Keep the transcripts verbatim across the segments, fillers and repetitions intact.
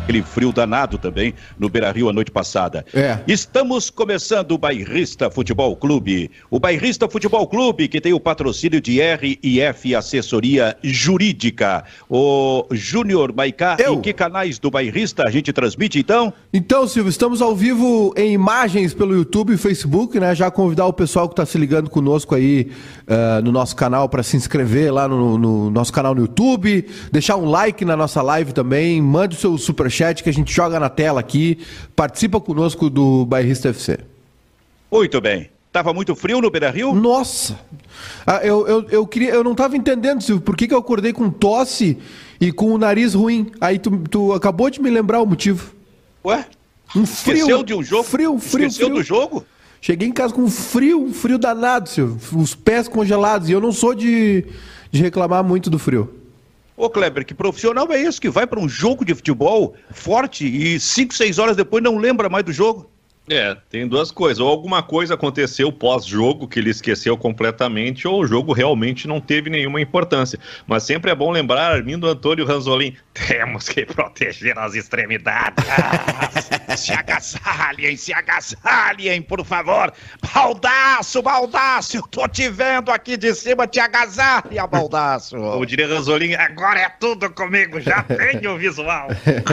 aquele frio danado também no Beira-Rio a noite passada. É. Estamos começando o Bairrista Futebol Clube. O Bairrista Futebol Clube, que tem o patrocínio de R e F Assessoria Jurídica. O Júnior Maicá, Eu. em que canais do Bairrista a gente transmite, então? Então, Silvio, estamos ao vivo em imagens pelo YouTube e Facebook, né? Já convidar o pessoal que está se ligando conosco aí uh, no nosso canal para se inscrever lá no, no nosso canal no YouTube, deixar um like na nossa live também, mande o seu superchat que a gente joga na tela aqui, participa conosco do Bairrista F C. Muito bem. Tava muito frio no Beira-Rio? Nossa! Ah, eu, eu, eu, queria, eu não estava entendendo, Silvio, por que, que eu acordei com tosse e com o nariz ruim. Aí tu, tu acabou de me lembrar o motivo. Ué? Um frio. Esqueceu de um jogo? Frio, frio, Esqueceu frio. do jogo? Cheguei em casa com um frio, um frio danado, Silvio. Os pés congelados. E eu não sou de, de reclamar muito do frio. Ô Kleber, que profissional é esse que vai para um jogo de futebol forte e cinco, seis horas depois não lembra mais do jogo? É, tem duas coisas. Ou alguma coisa aconteceu pós-jogo que ele esqueceu completamente, ou o jogo realmente não teve nenhuma importância. Mas sempre é bom lembrar, Armindo Antônio Ranzolin, temos que proteger as extremidades. Ah, se agasalhem, se agasalhem, por favor. Baldaço, Baldaço, eu tô te vendo aqui de cima, te agasalha, Baldaço. Eu diria, Ranzolin, agora é tudo comigo, já tenho o visual.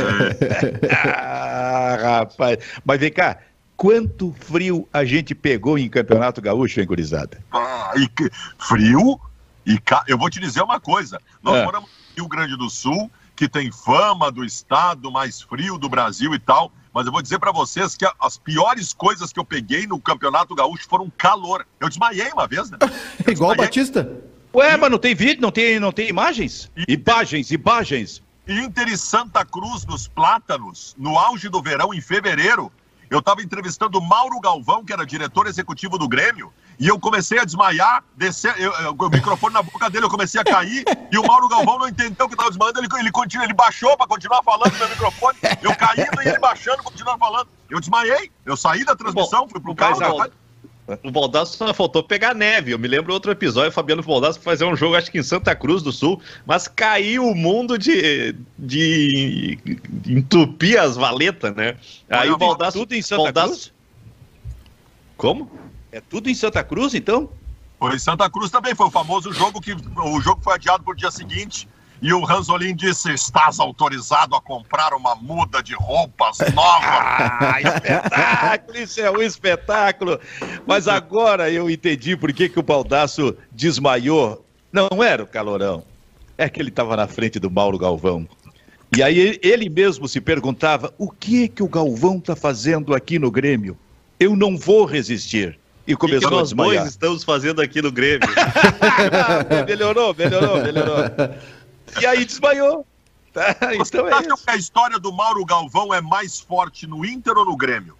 Ah, rapaz, mas vem cá. Quanto frio a gente pegou em Campeonato Gaúcho, hein, gurizada? Ah, e que... Frio? E ca... Eu vou te dizer uma coisa. Nós É. moramos no Rio Grande do Sul, que tem fama do estado mais frio do Brasil e tal, mas eu vou dizer pra vocês que a- as piores coisas que eu peguei no Campeonato Gaúcho foram calor. Eu desmaiei uma vez, né? Eu Igual o desmaiei. Batista. Ué, mas não tem vídeo, não tem, não tem imagens? Imagens, imagens. Inter e Santa Cruz nos Plátanos, no auge do verão, em fevereiro, eu estava entrevistando o Mauro Galvão, que era diretor executivo do Grêmio, e eu comecei a desmaiar, descer, eu, eu, o microfone na boca dele, eu comecei a cair, e o Mauro Galvão não entendeu que eu estava desmaiando, ele, ele, continua, ele baixou para continuar falando no meu microfone, eu caindo e ele baixando, continuando falando. Eu desmaiei, eu saí da transmissão, fui pro carro, Mas, né? O Baldasso só faltou pegar neve. Eu me lembro outro episódio, o Fabiano Baldasso foi fazer um jogo, acho que em Santa Cruz do Sul, mas caiu o mundo de, de entupir as valetas, né? Aí Olha, o Baldasso... Tudo em Santa Baldasso... Cruz? Como? É tudo em Santa Cruz, então? Foi em Santa Cruz também, foi o famoso jogo que o jogo foi adiado pro dia seguinte. E o Ranzolin disse: estás autorizado a comprar uma muda de roupas nova. Ah, espetáculo, isso é um espetáculo. Mas agora eu entendi por que, que o Baldasso desmaiou. Não era o calorão, é que ele estava na frente do Mauro Galvão. E aí ele- ele mesmo se perguntava: o que que o Galvão está fazendo aqui no Grêmio? Eu não vou resistir. E O que, que começou a nós desmaiar. dois estamos fazendo aqui no Grêmio? Ah, melhorou, melhorou, melhorou. E aí desmaiou. Tá, Você então é acha isso. que a história do Mauro Galvão é mais forte no Inter ou no Grêmio?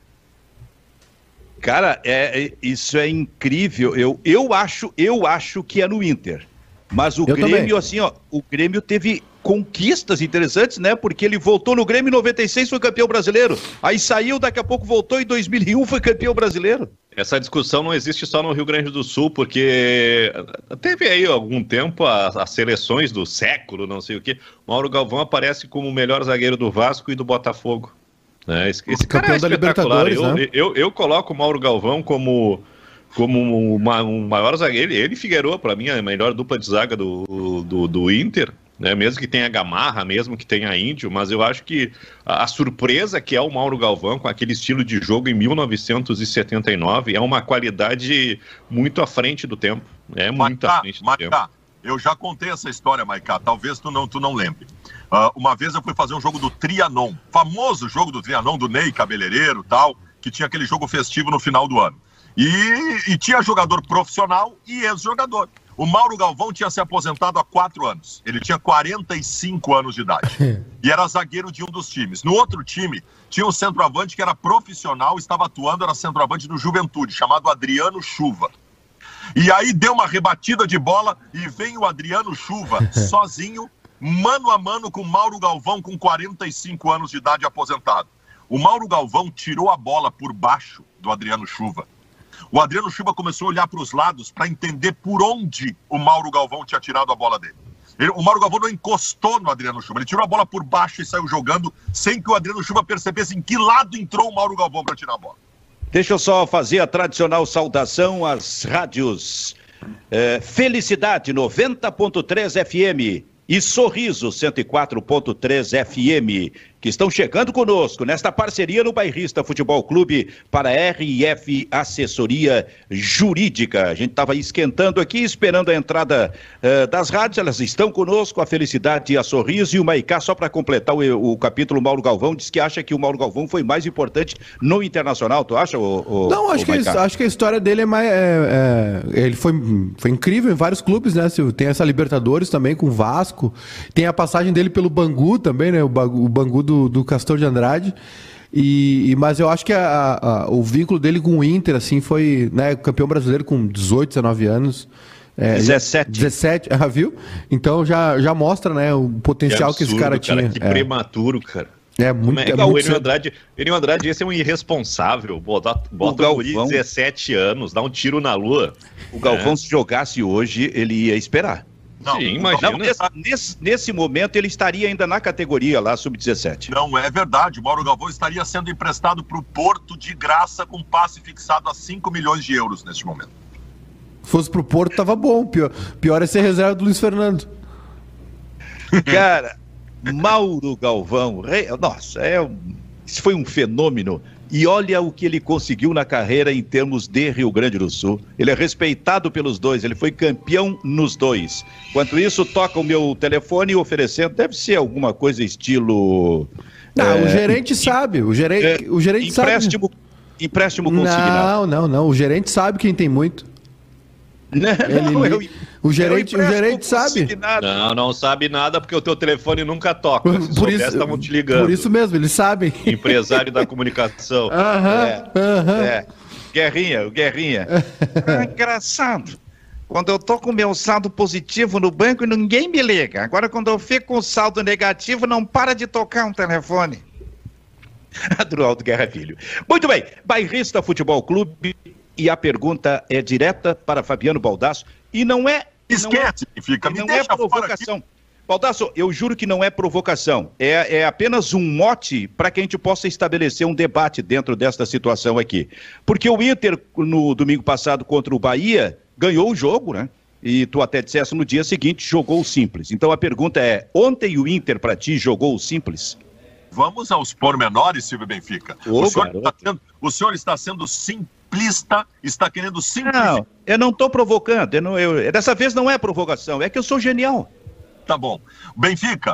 Cara, é, é- isso é incrível. Eu, eu, acho, eu acho que é no Inter. Mas o Eu Grêmio, também. assim, ó, o Grêmio teve conquistas interessantes, né? Porque ele voltou no Grêmio em noventa e seis, foi campeão brasileiro. Aí saiu, daqui a pouco voltou em dois mil e um, foi campeão brasileiro. Essa discussão não existe só no Rio Grande do Sul, porque teve aí algum tempo as, as seleções do século, não sei o quê. Mauro Galvão aparece como o melhor zagueiro do Vasco e do Botafogo. Né? Esse, esse cara Campeão é da espetacular. Libertadores, eu, né? eu, eu coloco o Mauro Galvão como, como uma, um maior zagueiro. Ele e Figueroa, para mim, é a melhor dupla de zaga do, do, do Inter. Né, mesmo que tenha Gamarra, mesmo que tenha Índio, mas eu acho que a, a surpresa que é o Mauro Galvão com aquele estilo de jogo em mil novecentos e setenta e nove é uma qualidade muito à frente do tempo. É muito à Maicá, frente do tempo. Maicá, eu já contei essa história, Maicá, talvez tu não, tu não lembre. Uh, uma vez eu fui fazer um jogo do Trianon, famoso jogo do Trianon, do Ney Cabeleireiro e tal, que tinha aquele jogo festivo no final do ano. E, e tinha jogador profissional e ex-jogador. O Mauro Galvão tinha se aposentado há quatro anos. Ele tinha quarenta e cinco anos de idade. E era zagueiro de um dos times. No outro time, tinha um centroavante que era profissional, estava atuando, era centroavante do Juventude, chamado Adriano Chuva. E aí deu uma rebatida de bola e vem o Adriano Chuva sozinho, mano a mano com o Mauro Galvão, com quarenta e cinco anos de idade, aposentado. O Mauro Galvão tirou a bola por baixo do Adriano Chuva. O Adriano Chuva começou a olhar para os lados para entender por onde o Mauro Galvão tinha tirado a bola dele. Ele, o Mauro Galvão não encostou no Adriano Chuva, ele tirou a bola por baixo e saiu jogando sem que o Adriano Chuva percebesse em que lado entrou o Mauro Galvão para tirar a bola. Deixa eu só fazer a tradicional saudação às rádios é, Felicidade noventa ponto três F M e Sorriso cento e quatro ponto três F M, que estão chegando conosco nesta parceria no Bairrista Futebol Clube para a R F Assessoria Jurídica. A gente estava esquentando aqui, esperando a entrada uh, das rádios, elas estão conosco, a Felicidade e a Sorriso, e o Maicá, só para completar o, o capítulo, o Mauro Galvão diz que acha que o Mauro Galvão foi mais importante no Internacional, tu acha, o, o, Não, acho, o que, acho que a história dele é mais... É, é, ele foi, foi incrível em vários clubes, né, Silvio? Tem essa Libertadores também com o Vasco, tem a passagem dele pelo Bangu também, né, o, o Bangu do Do, do Castor de Andrade, e, e, mas eu acho que a, a, o vínculo dele com o Inter, assim, foi, né, campeão brasileiro com dezoito, dezenove anos. É, dezessete. dezessete, ah, viu? Então já, já mostra, né, o potencial que, absurdo, que esse cara, cara tinha. Que é. prematuro, cara. É muito, é, é, é o Enio Andrade, Enio Andrade, esse é um irresponsável. Bota, bota o guri de dezessete anos, dá um tiro na lua. O Galvão, é. se jogasse hoje, ele ia esperar. Não, Sim, imagina. Não, nesse, nesse, nesse momento ele estaria ainda na categoria lá, sub dezessete. Não, é verdade. O Mauro Galvão estaria sendo emprestado para o Porto de graça com passe fixado a cinco milhões de euros neste momento. Se fosse pro Porto, tava bom. Pior, pior é ser reserva do Luiz Fernando. Cara, Mauro Galvão, nossa, é, isso foi um fenômeno. E olha o que ele conseguiu na carreira em termos de Rio Grande do Sul. Ele é respeitado pelos dois, ele foi campeão nos dois. Enquanto isso, toca o meu telefone oferecendo, deve ser alguma coisa estilo... Não, é, o gerente sabe, o gerente, é, o gerente empréstimo, sabe. Empréstimo consignado. Não, não, não, o gerente sabe quem tem muito. Não, ele, eu, o gerente, o gerente sabe. Não, não sabe nada porque o teu telefone nunca toca. Se por isso estavam te ligando. Por isso mesmo, eles sabem. Empresário da comunicação. Aham, é, aham. É. Guerrinha, o Guerrinha. É engraçado. Quando eu tô com meu saldo positivo no banco, ninguém me liga. Agora, quando eu fico com saldo negativo, não para de tocar um telefone. Adroaldo Guerra Filho. Muito bem, Bairrista Futebol Clube. E a pergunta é direta para Fabiano Baldasso. E não é... Esquece, não é, fica, me não deixa é provocação. Baldasso, eu juro que não é provocação. É, é apenas um mote para que a gente possa estabelecer um debate dentro desta situação aqui. Porque o Inter, no domingo passado contra o Bahia, ganhou o jogo, né? E tu até disseste no dia seguinte, jogou o simples. Então a pergunta é, ontem o Inter para ti jogou o simples? Vamos aos pormenores, Silvio Benfica. Ô, o, senhor está sendo, o senhor está sendo simplista, está querendo simplificar. Não, eu não estou provocando. Eu não, eu, dessa vez não é provocação, é que eu sou genial. Tá bom. Benfica,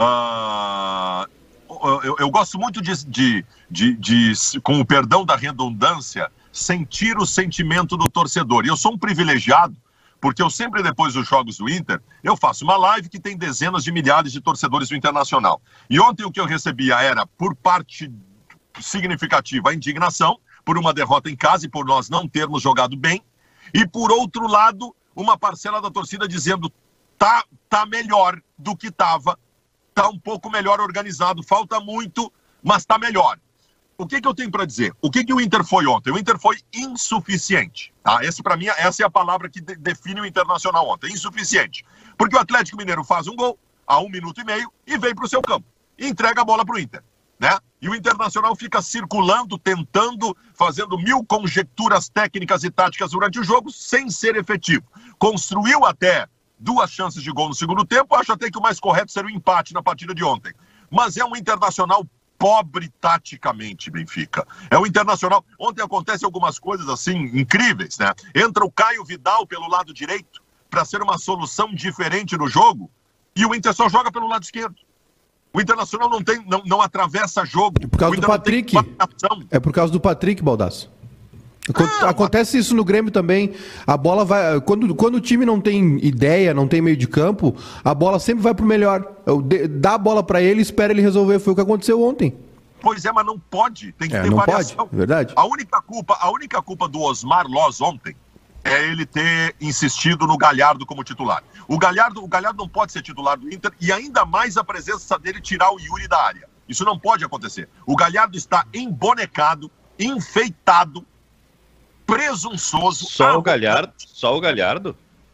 uh, eu, eu gosto muito de, de, de, de, com o perdão da redundância, sentir o sentimento do torcedor. E eu sou um privilegiado, porque eu sempre, depois dos jogos do Inter, eu faço uma live que tem dezenas de milhares de torcedores do Internacional. E ontem o que eu recebia era, por parte significativa, a indignação por uma derrota em casa e por nós não termos jogado bem. E, por outro lado, uma parcela da torcida dizendo tá, tá melhor do que estava, tá um pouco melhor organizado, falta muito, mas tá melhor. O que, que eu tenho para dizer? O que, que o Inter foi ontem? O Inter foi insuficiente. Tá? Esse, para mim, essa é a palavra que de, define o Internacional ontem. Insuficiente. Porque o Atlético Mineiro faz um gol a um minuto e meio e vem para o seu campo. E entrega a bola para o Inter. Né? E o Internacional fica circulando, tentando, fazendo mil conjecturas técnicas e táticas durante o jogo, sem ser efetivo. Construiu até duas chances de gol no segundo tempo. Acho até que o mais correto seria o empate na partida de ontem. Mas é um Internacional pobre taticamente, Benfica. É o Internacional. Ontem acontecem algumas coisas assim incríveis, né? Entra o Caio Vidal pelo lado direito para ser uma solução diferente no jogo e o Inter só joga pelo lado esquerdo. O Internacional não tem, não, não atravessa jogo. É por causa do Patrick. É por causa do Patrick, Baldasso. Ah, acontece isso no Grêmio também. A bola vai. Quando, quando o time não tem ideia, não tem meio de campo, a bola sempre vai pro melhor. Dá a bola pra ele e espera ele resolver. Foi o que aconteceu ontem. Pois é, mas não pode. Tem que é, ter não variação. Pode, verdade. A única culpa, a única culpa do Osmar Loz ontem é ele ter insistido no Galhardo como titular. O Galhardo, o Galhardo não pode ser titular do Inter e ainda mais a presença dele tirar o Yuri da área. Isso não pode acontecer. O Galhardo está embonecado, enfeitado, presunçoso. Só o Galhardo? Só o Galhardo?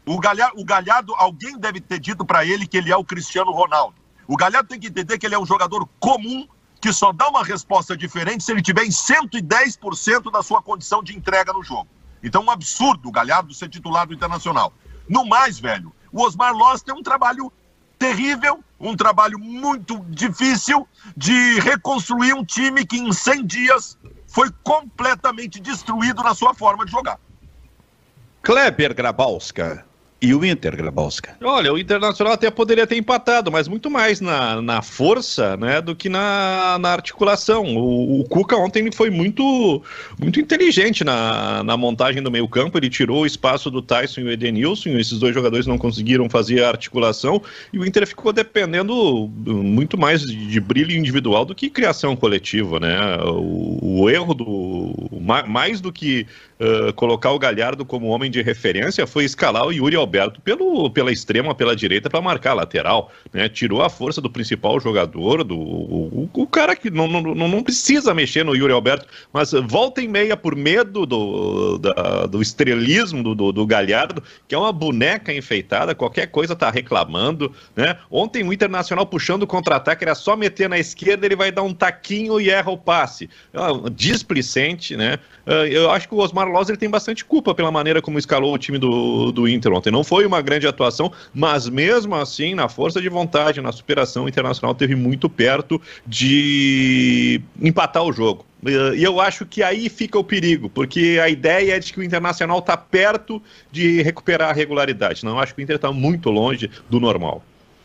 O Galhardo, o Galhardo, alguém deve ter dito para ele que ele é o Cristiano Ronaldo. O Galhardo tem que entender que ele é um jogador comum, que só dá uma resposta diferente se ele tiver em cento e dez por cento da sua condição de entrega no jogo. Então, um absurdo o Galhardo ser titular do Internacional. No mais, velho, o Osmar Loss tem um trabalho terrível, um trabalho muito difícil de reconstruir um time que em cem dias foi completamente destruído na sua forma de jogar. Kleber Grabowska. E o Inter, Grabowska? Olha, o Internacional até poderia ter empatado, mas muito mais na, na força, né, do que na, na articulação. O, o Cuca ontem foi muito, muito inteligente na, na montagem do meio campo. Ele tirou o espaço do Tyson e o Edenilson. Esses dois jogadores não conseguiram fazer a articulação e o Inter ficou dependendo muito mais de, de brilho individual do que criação coletiva, né? O, o erro do... mais do que uh, colocar o Galhardo como homem de referência foi escalar o Yuri Alberto Pelo, pela extrema, pela direita, para marcar a lateral, né? Tirou a força do principal jogador, do o, o cara que não, não, não precisa mexer no Yuri Alberto, mas volta e meia por medo do, da, do estrelismo do, do, do Galhardo, que é uma boneca enfeitada, qualquer coisa tá reclamando, né? Ontem o Internacional puxando o contra-ataque, era só meter na esquerda, ele vai dar um taquinho e erra o passe. É displicente, né? Eu acho que o Osmar Loss ele tem bastante culpa pela maneira como escalou o time do, do Inter ontem. Não foi uma grande atuação, mas mesmo assim, na força de vontade, na superação, o Internacional teve muito perto de empatar o jogo. E eu acho que aí fica o perigo, porque a ideia é de que o Internacional está perto de recuperar a regularidade. Não, eu acho que o Inter está muito longe do normal.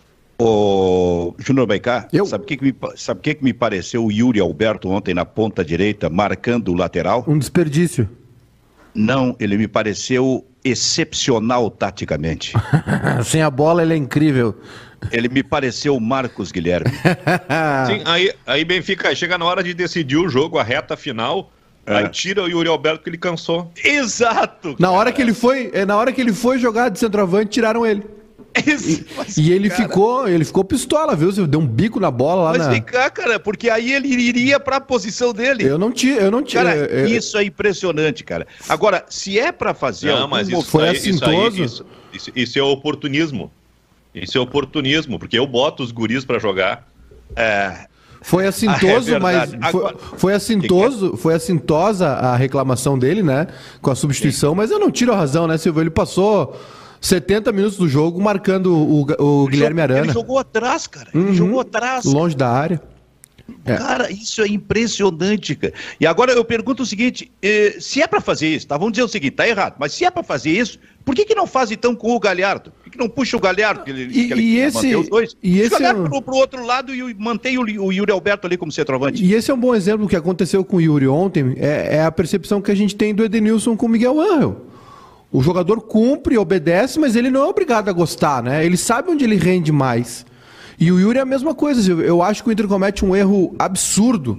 Ô, Júnior Baicá, Eu? sabe o que, que, me, sabe que, que me pareceu o Yuri Alberto ontem na ponta direita, marcando o lateral? Um desperdício. Não, ele me pareceu excepcional taticamente. Sem a bola ele é incrível. Ele me pareceu Marcos Guilherme. Sim, aí, aí Benfica chega na hora de decidir o jogo, a reta final, é. Aí tira o Yuri Alberto que ele cansou. Exato! Na hora que ele foi, é, na hora que ele foi jogar de centroavante, tiraram ele. Isso, mas, e ele cara... ficou, ele ficou pistola, viu? Você deu um bico na bola lá. Mas na... vem cá, cara, porque aí ele iria pra posição dele. Eu não tinha, eu não tinha. Cara, eu... isso é impressionante, cara. Agora, se é pra fazer. Não, mas isso foi aí, assintoso. Isso, aí, isso, isso, isso é oportunismo. Isso é oportunismo, porque eu boto os guris pra jogar. É. Foi assintoso, ah, é mas Agora... foi, foi assintoso, que que é? foi assintosa a reclamação dele, né? Com a substituição, Sim. mas eu não tiro a razão, né, Silvio? Ele passou setenta minutos do jogo marcando o, o Guilherme jogou, Arana. Ele jogou atrás, cara. Uhum. Ele jogou atrás. Longe da área. É. Cara, isso é impressionante, cara. E agora eu pergunto o seguinte, eh, se é pra fazer isso, tá? Vamos dizer o seguinte, tá errado, mas se é pra fazer isso, por que que não faz então com o Galhardo? Por que que não puxa o Galhardo? Que ele, e, que ele e esse, os dois? e esse jogar é um... pro, pro outro lado e mantém o, o Yuri Alberto ali como centroavante. E esse é um bom exemplo do que aconteceu com o Yuri ontem, é, é a percepção que a gente tem do Edenilson com o Miguel Ángel. O jogador cumpre, obedece, mas ele não é obrigado a gostar, né? Ele sabe onde ele rende mais. E o Yuri é a mesma coisa. Eu acho que o Inter comete um erro absurdo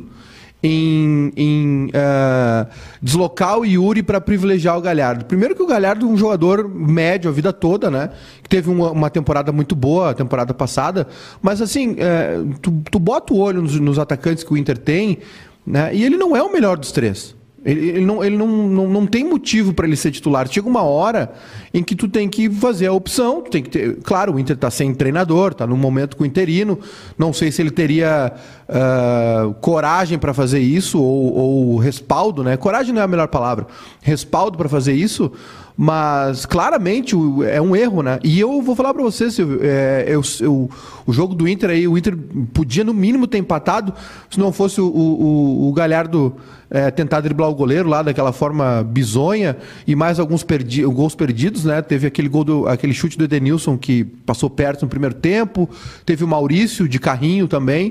em, em uh, deslocar o Yuri para privilegiar o Galhardo. Primeiro que o Galhardo é um jogador médio a vida toda, né? Que teve uma, uma temporada muito boa, a temporada passada. Mas assim, uh, tu, tu bota o olho nos, nos atacantes que o Inter tem, né? E ele não é o melhor dos três. Ele, ele, não, ele não, não, não tem motivo para ele ser titular. Chega uma hora em que tu tem que fazer a opção. Tu tem que ter, claro, o Inter está sem treinador, está num momento com o interino. Não sei se ele teria uh, coragem para fazer isso ou, ou respaldo, né? Coragem não é a melhor palavra. Respaldo para fazer isso. Mas claramente é um erro, né? E eu vou falar para você, Silvio, é, eu, eu, o jogo do Inter aí, o Inter podia no mínimo ter empatado se não fosse o, o, o Galhardo é, tentar driblar o goleiro lá daquela forma bizonha e mais alguns perdi, gols perdidos, né? Teve aquele gol do, aquele chute do Edenilson que passou perto no primeiro tempo, teve o Maurício de carrinho também.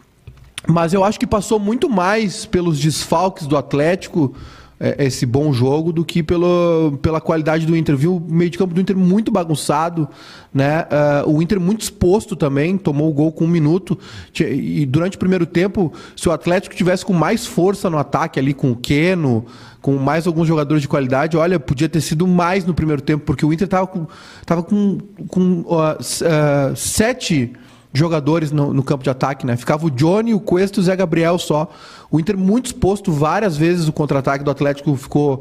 Mas eu acho que passou muito mais pelos desfalques do Atlético, esse bom jogo, do que pelo, pela qualidade do Inter. Viu o meio de campo do Inter muito bagunçado, né? Uh, o Inter muito exposto também, tomou o gol com um minuto. E durante o primeiro tempo, se o Atlético tivesse com mais força no ataque ali, com o Keno, com mais alguns jogadores de qualidade, olha, podia ter sido mais no primeiro tempo, porque o Inter estava com, tava com, com uh, uh, sete jogadores no, no campo de ataque, né? Ficava o Johnny, o Cuesta e o Zé Gabriel só. O Inter muito exposto, várias vezes o contra-ataque do Atlético ficou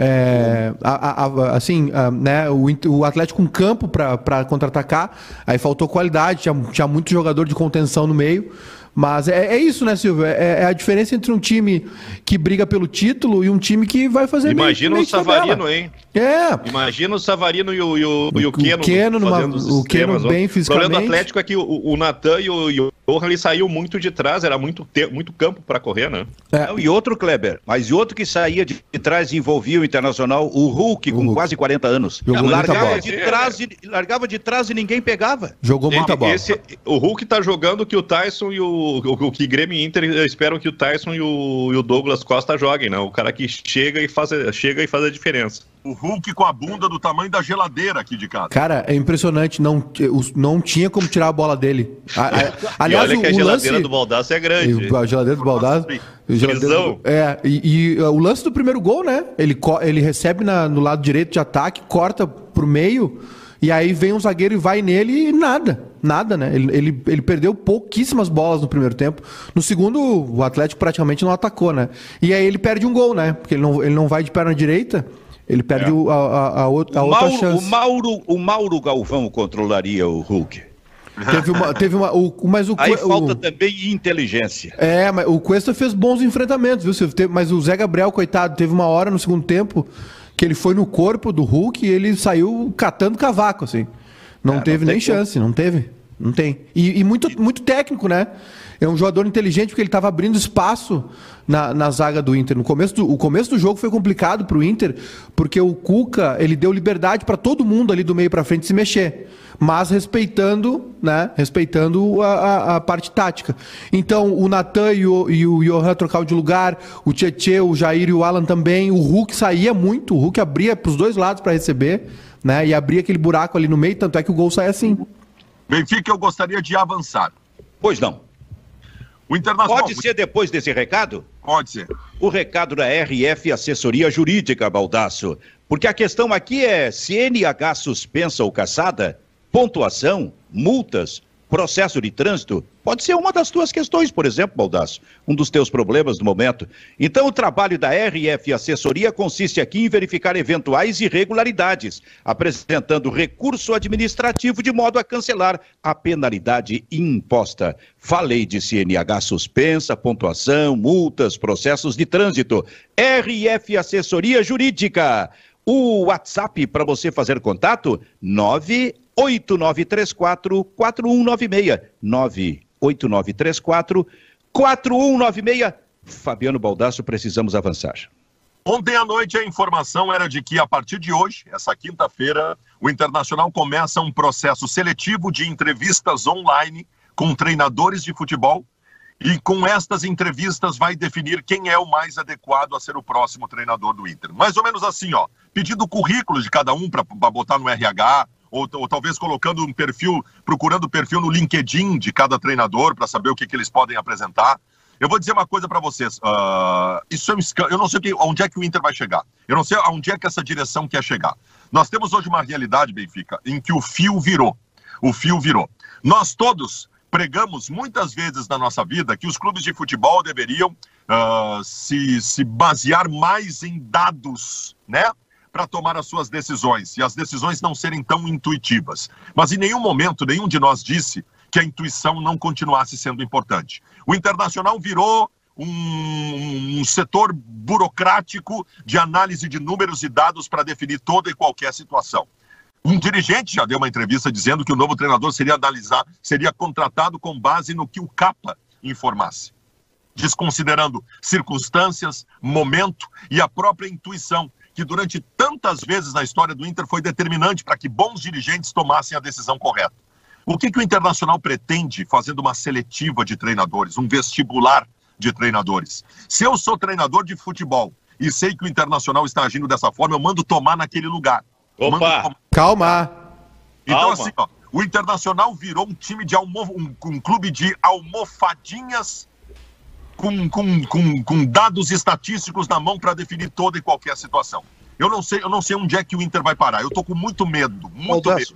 é, a, a, a, assim, a, né? o, o Atlético com campo para contra-atacar, aí faltou qualidade, tinha, tinha muito jogador de contenção no meio. Mas é, é isso, né, Silvio? É, é a diferença entre um time que briga pelo título e um time que vai fazer Imagina meio, o Savarino, hein? É. Imagina o Savarino e o, e o, e o, o Keno. Keno numa, o Keno bem fisicamente. O problema do Atlético é que o, o Natan e o, e o Johan, ele saiu muito de trás, era muito, te, muito campo para correr, né? É. Não, e outro, Kleber, mas e outro que saía de, de trás e envolvia o Internacional, o Hulk, com o Hulk. quase quarenta anos. Jogou largava, de trás e, largava de trás e ninguém pegava. Jogou muita Ele, bola. Esse, o Hulk tá jogando que o Tyson e o, o, o que Grêmio e Inter esperam que o Tyson e o, e o Douglas Costa joguem, né? O cara que chega e faz, chega e faz a diferença. O Hulk com a bunda do tamanho da geladeira aqui de casa. Cara, é impressionante, não, não tinha como tirar a bola dele. A, a, aliás, e olha o, que a o geladeira lance, do Baldasso é grande. A geladeira do Baldasso. Geladeira, é, e, e o lance do primeiro gol, né? Ele, ele recebe na, no lado direito de ataque, corta pro meio, e aí vem um zagueiro e vai nele e nada. Nada, né? Ele, ele, ele perdeu pouquíssimas bolas no primeiro tempo. No segundo, o Atlético praticamente não atacou, né? E aí ele perde um gol, né? Porque ele não, ele não vai de perna direita. Ele perde é. a, a, a, outra, a o outra Mauro, chance. O Mauro, o Mauro Galvão controlaria o Hulk. Teve uma, teve uma, o, mas o, Aí o, falta também inteligência. É, mas o Cuesta fez bons enfrentamentos, viu, Silvio? Teve, mas o Zé Gabriel, coitado, teve uma hora no segundo tempo que ele foi no corpo do Hulk e ele saiu catando cavaco, assim. Não é, teve não nem chance, como. não teve. Não tem. E, e muito, muito técnico, né? É um jogador inteligente porque ele estava abrindo espaço na, na zaga do Inter. No começo do, o começo do jogo foi complicado para o Inter, porque o Cuca ele deu liberdade para todo mundo ali do meio para frente se mexer, mas respeitando, né? Respeitando a, a, a parte tática. Então o Natan e o, e o Johan trocavam de lugar, o Tietê, o Jair e o Alan também. O Hulk saía muito, o Hulk abria para os dois lados para receber, né? E abria aquele buraco ali no meio, tanto é que o gol sai assim. Benfica, eu gostaria de avançar. Pois não. O Internacional... Pode ser depois desse recado? Pode ser. O recado da R F Assessoria Jurídica, Baldasso. Porque a questão aqui é C N H suspensa ou cassada, pontuação, multas, processo de trânsito. Pode ser uma das tuas questões, por exemplo, Baldasso, um dos teus problemas do momento. Então, o trabalho da R F Assessoria consiste aqui em verificar eventuais irregularidades, apresentando recurso administrativo de modo a cancelar a penalidade imposta. Falei de C N H suspensa, pontuação, multas, processos de trânsito. R F Assessoria Jurídica. O WhatsApp para você fazer contato, nove oito nove três quatro, quatro um nove seis, nove oito nove três quatro, quatro um nove seis. Fabiano Baldasso, precisamos avançar. Ontem à noite a informação era de que a partir de hoje, essa quinta-feira, o Internacional começa um processo seletivo de entrevistas online com treinadores de futebol e com estas entrevistas vai definir quem é o mais adequado a ser o próximo treinador do Inter. Mais ou menos assim, ó, pedindo o currículo de cada um para botar no R H, Ou, ou talvez colocando um perfil, procurando o perfil no LinkedIn de cada treinador para saber o que, que eles podem apresentar. Eu vou dizer uma coisa para vocês, uh, isso é um escândalo, eu não sei que, onde é que o Inter vai chegar, eu não sei onde é que essa direção quer chegar. Nós temos hoje uma realidade, Benfica, em que o fio virou, o fio virou. Nós todos pregamos muitas vezes na nossa vida que os clubes de futebol deveriam uh, se, se basear mais em dados, né? Para tomar as suas decisões, e as decisões não serem tão intuitivas. Mas em nenhum momento, nenhum de nós disse que a intuição não continuasse sendo importante. O Internacional virou um, um setor burocrático de análise de números e dados para definir toda e qualquer situação. Um dirigente já deu uma entrevista dizendo que o novo treinador seria, analisar, seria contratado com base no que o Capa informasse, desconsiderando circunstâncias, momento e a própria intuição, que durante tantas vezes na história do Inter foi determinante para que bons dirigentes tomassem a decisão correta. O que, que o Internacional pretende fazendo uma seletiva de treinadores, um vestibular de treinadores? Se eu sou treinador de futebol e sei que o Internacional está agindo dessa forma, eu mando tomar naquele lugar. Opa! Tomar... Calma! Então Calma. assim, ó, o Internacional virou um time de almo... um, um clube de almofadinhas Com, com, com, com dados estatísticos na mão para definir toda e qualquer situação. Eu não sei, eu não sei onde é que o Inter vai parar. Eu tô com muito medo, muito Baldasso, medo.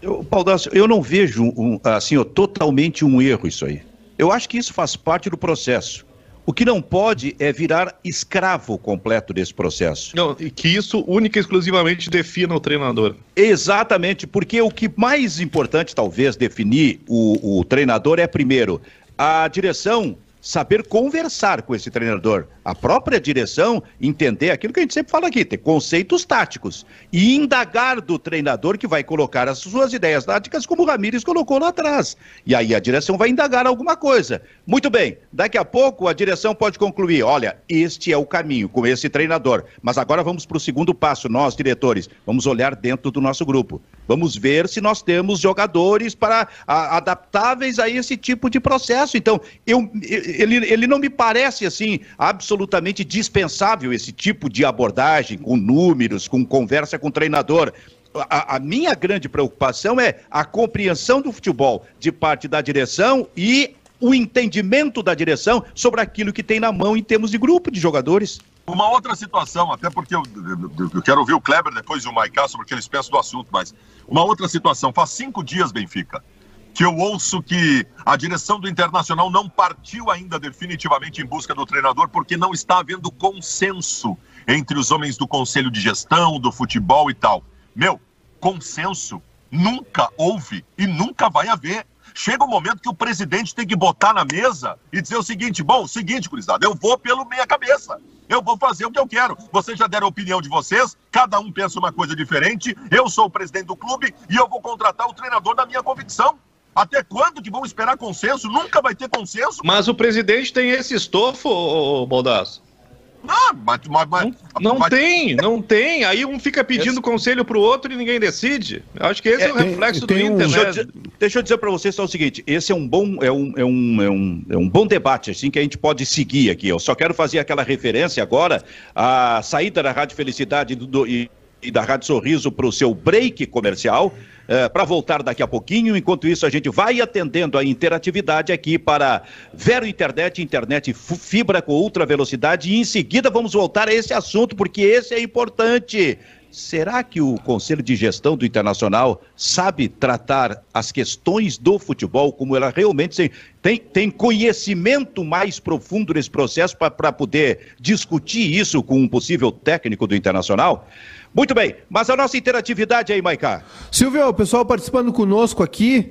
Eu, Baldasso, eu não vejo um, assim, ó, totalmente um erro isso aí. Eu acho que isso faz parte do processo. O que não pode é virar escravo completo desse processo. Não, e que isso única e exclusivamente defina o treinador. Exatamente, porque o que mais importante, talvez, definir o, o treinador é, primeiro, a direção saber conversar com esse treinador. A própria direção entender aquilo que a gente sempre fala aqui, ter conceitos táticos e indagar do treinador que vai colocar as suas ideias táticas como o Ramírez colocou lá atrás. E aí a direção vai indagar alguma coisa. Muito bem, daqui a pouco a direção pode concluir, olha, este é o caminho com esse treinador. Mas agora vamos para o segundo passo, nós diretores, vamos olhar dentro do nosso grupo. Vamos ver se nós temos jogadores para a, adaptáveis a esse tipo de processo. Então, eu, ele, ele não me parece assim absolutamente dispensável esse tipo de abordagem com números, com conversa com o treinador. A, a minha grande preocupação é a compreensão do futebol de parte da direção e o entendimento da direção sobre aquilo que tem na mão em termos de grupo de jogadores. Uma outra situação, até porque eu, eu, eu quero ouvir o Kleber depois e o Maiká sobre o que eles pensam do assunto, mas uma outra situação, faz cinco dias, Benfica, que eu ouço que a direção do Internacional não partiu ainda definitivamente em busca do treinador porque não está havendo consenso entre os homens do Conselho de Gestão, do futebol e tal. Meu, consenso nunca houve e nunca vai haver. Chega um momento que o presidente tem que botar na mesa e dizer o seguinte, bom, o seguinte, gurizada, eu vou pelo meia cabeça. Eu vou fazer o que eu quero. Vocês já deram a opinião de vocês, cada um pensa uma coisa diferente, eu sou o presidente do clube e eu vou contratar o treinador da minha convicção. Até quando que vão esperar consenso? Nunca vai ter consenso. Mas o presidente tem esse estofo, ô, Baldasso? Não, mas, mas, mas, não, não mas... tem, não tem. Aí um fica pedindo esse... conselho pro outro e ninguém decide. Eu acho que esse é, é o reflexo tem, do Inter, um... né? Deixa eu, dizer, deixa eu dizer para vocês só o seguinte, esse é um bom, é um, é um, é um, é um bom debate, assim, que a gente pode seguir aqui. Eu só quero fazer aquela referência agora à saída da Rádio Felicidade do, do, e, e da Rádio Sorriso para o seu break comercial, Uh, para voltar daqui a pouquinho. Enquanto isso, a gente vai atendendo a interatividade aqui para Vero Internet, internet fibra com ultra velocidade, e em seguida vamos voltar a esse assunto, porque esse é importante. Será que o Conselho de Gestão do Internacional sabe tratar as questões do futebol como ela realmente tem, tem conhecimento mais profundo nesse processo para poder discutir isso com um possível técnico do Internacional? Muito bem, mas a nossa interatividade aí, Maiká. Silvio, o pessoal participando conosco aqui,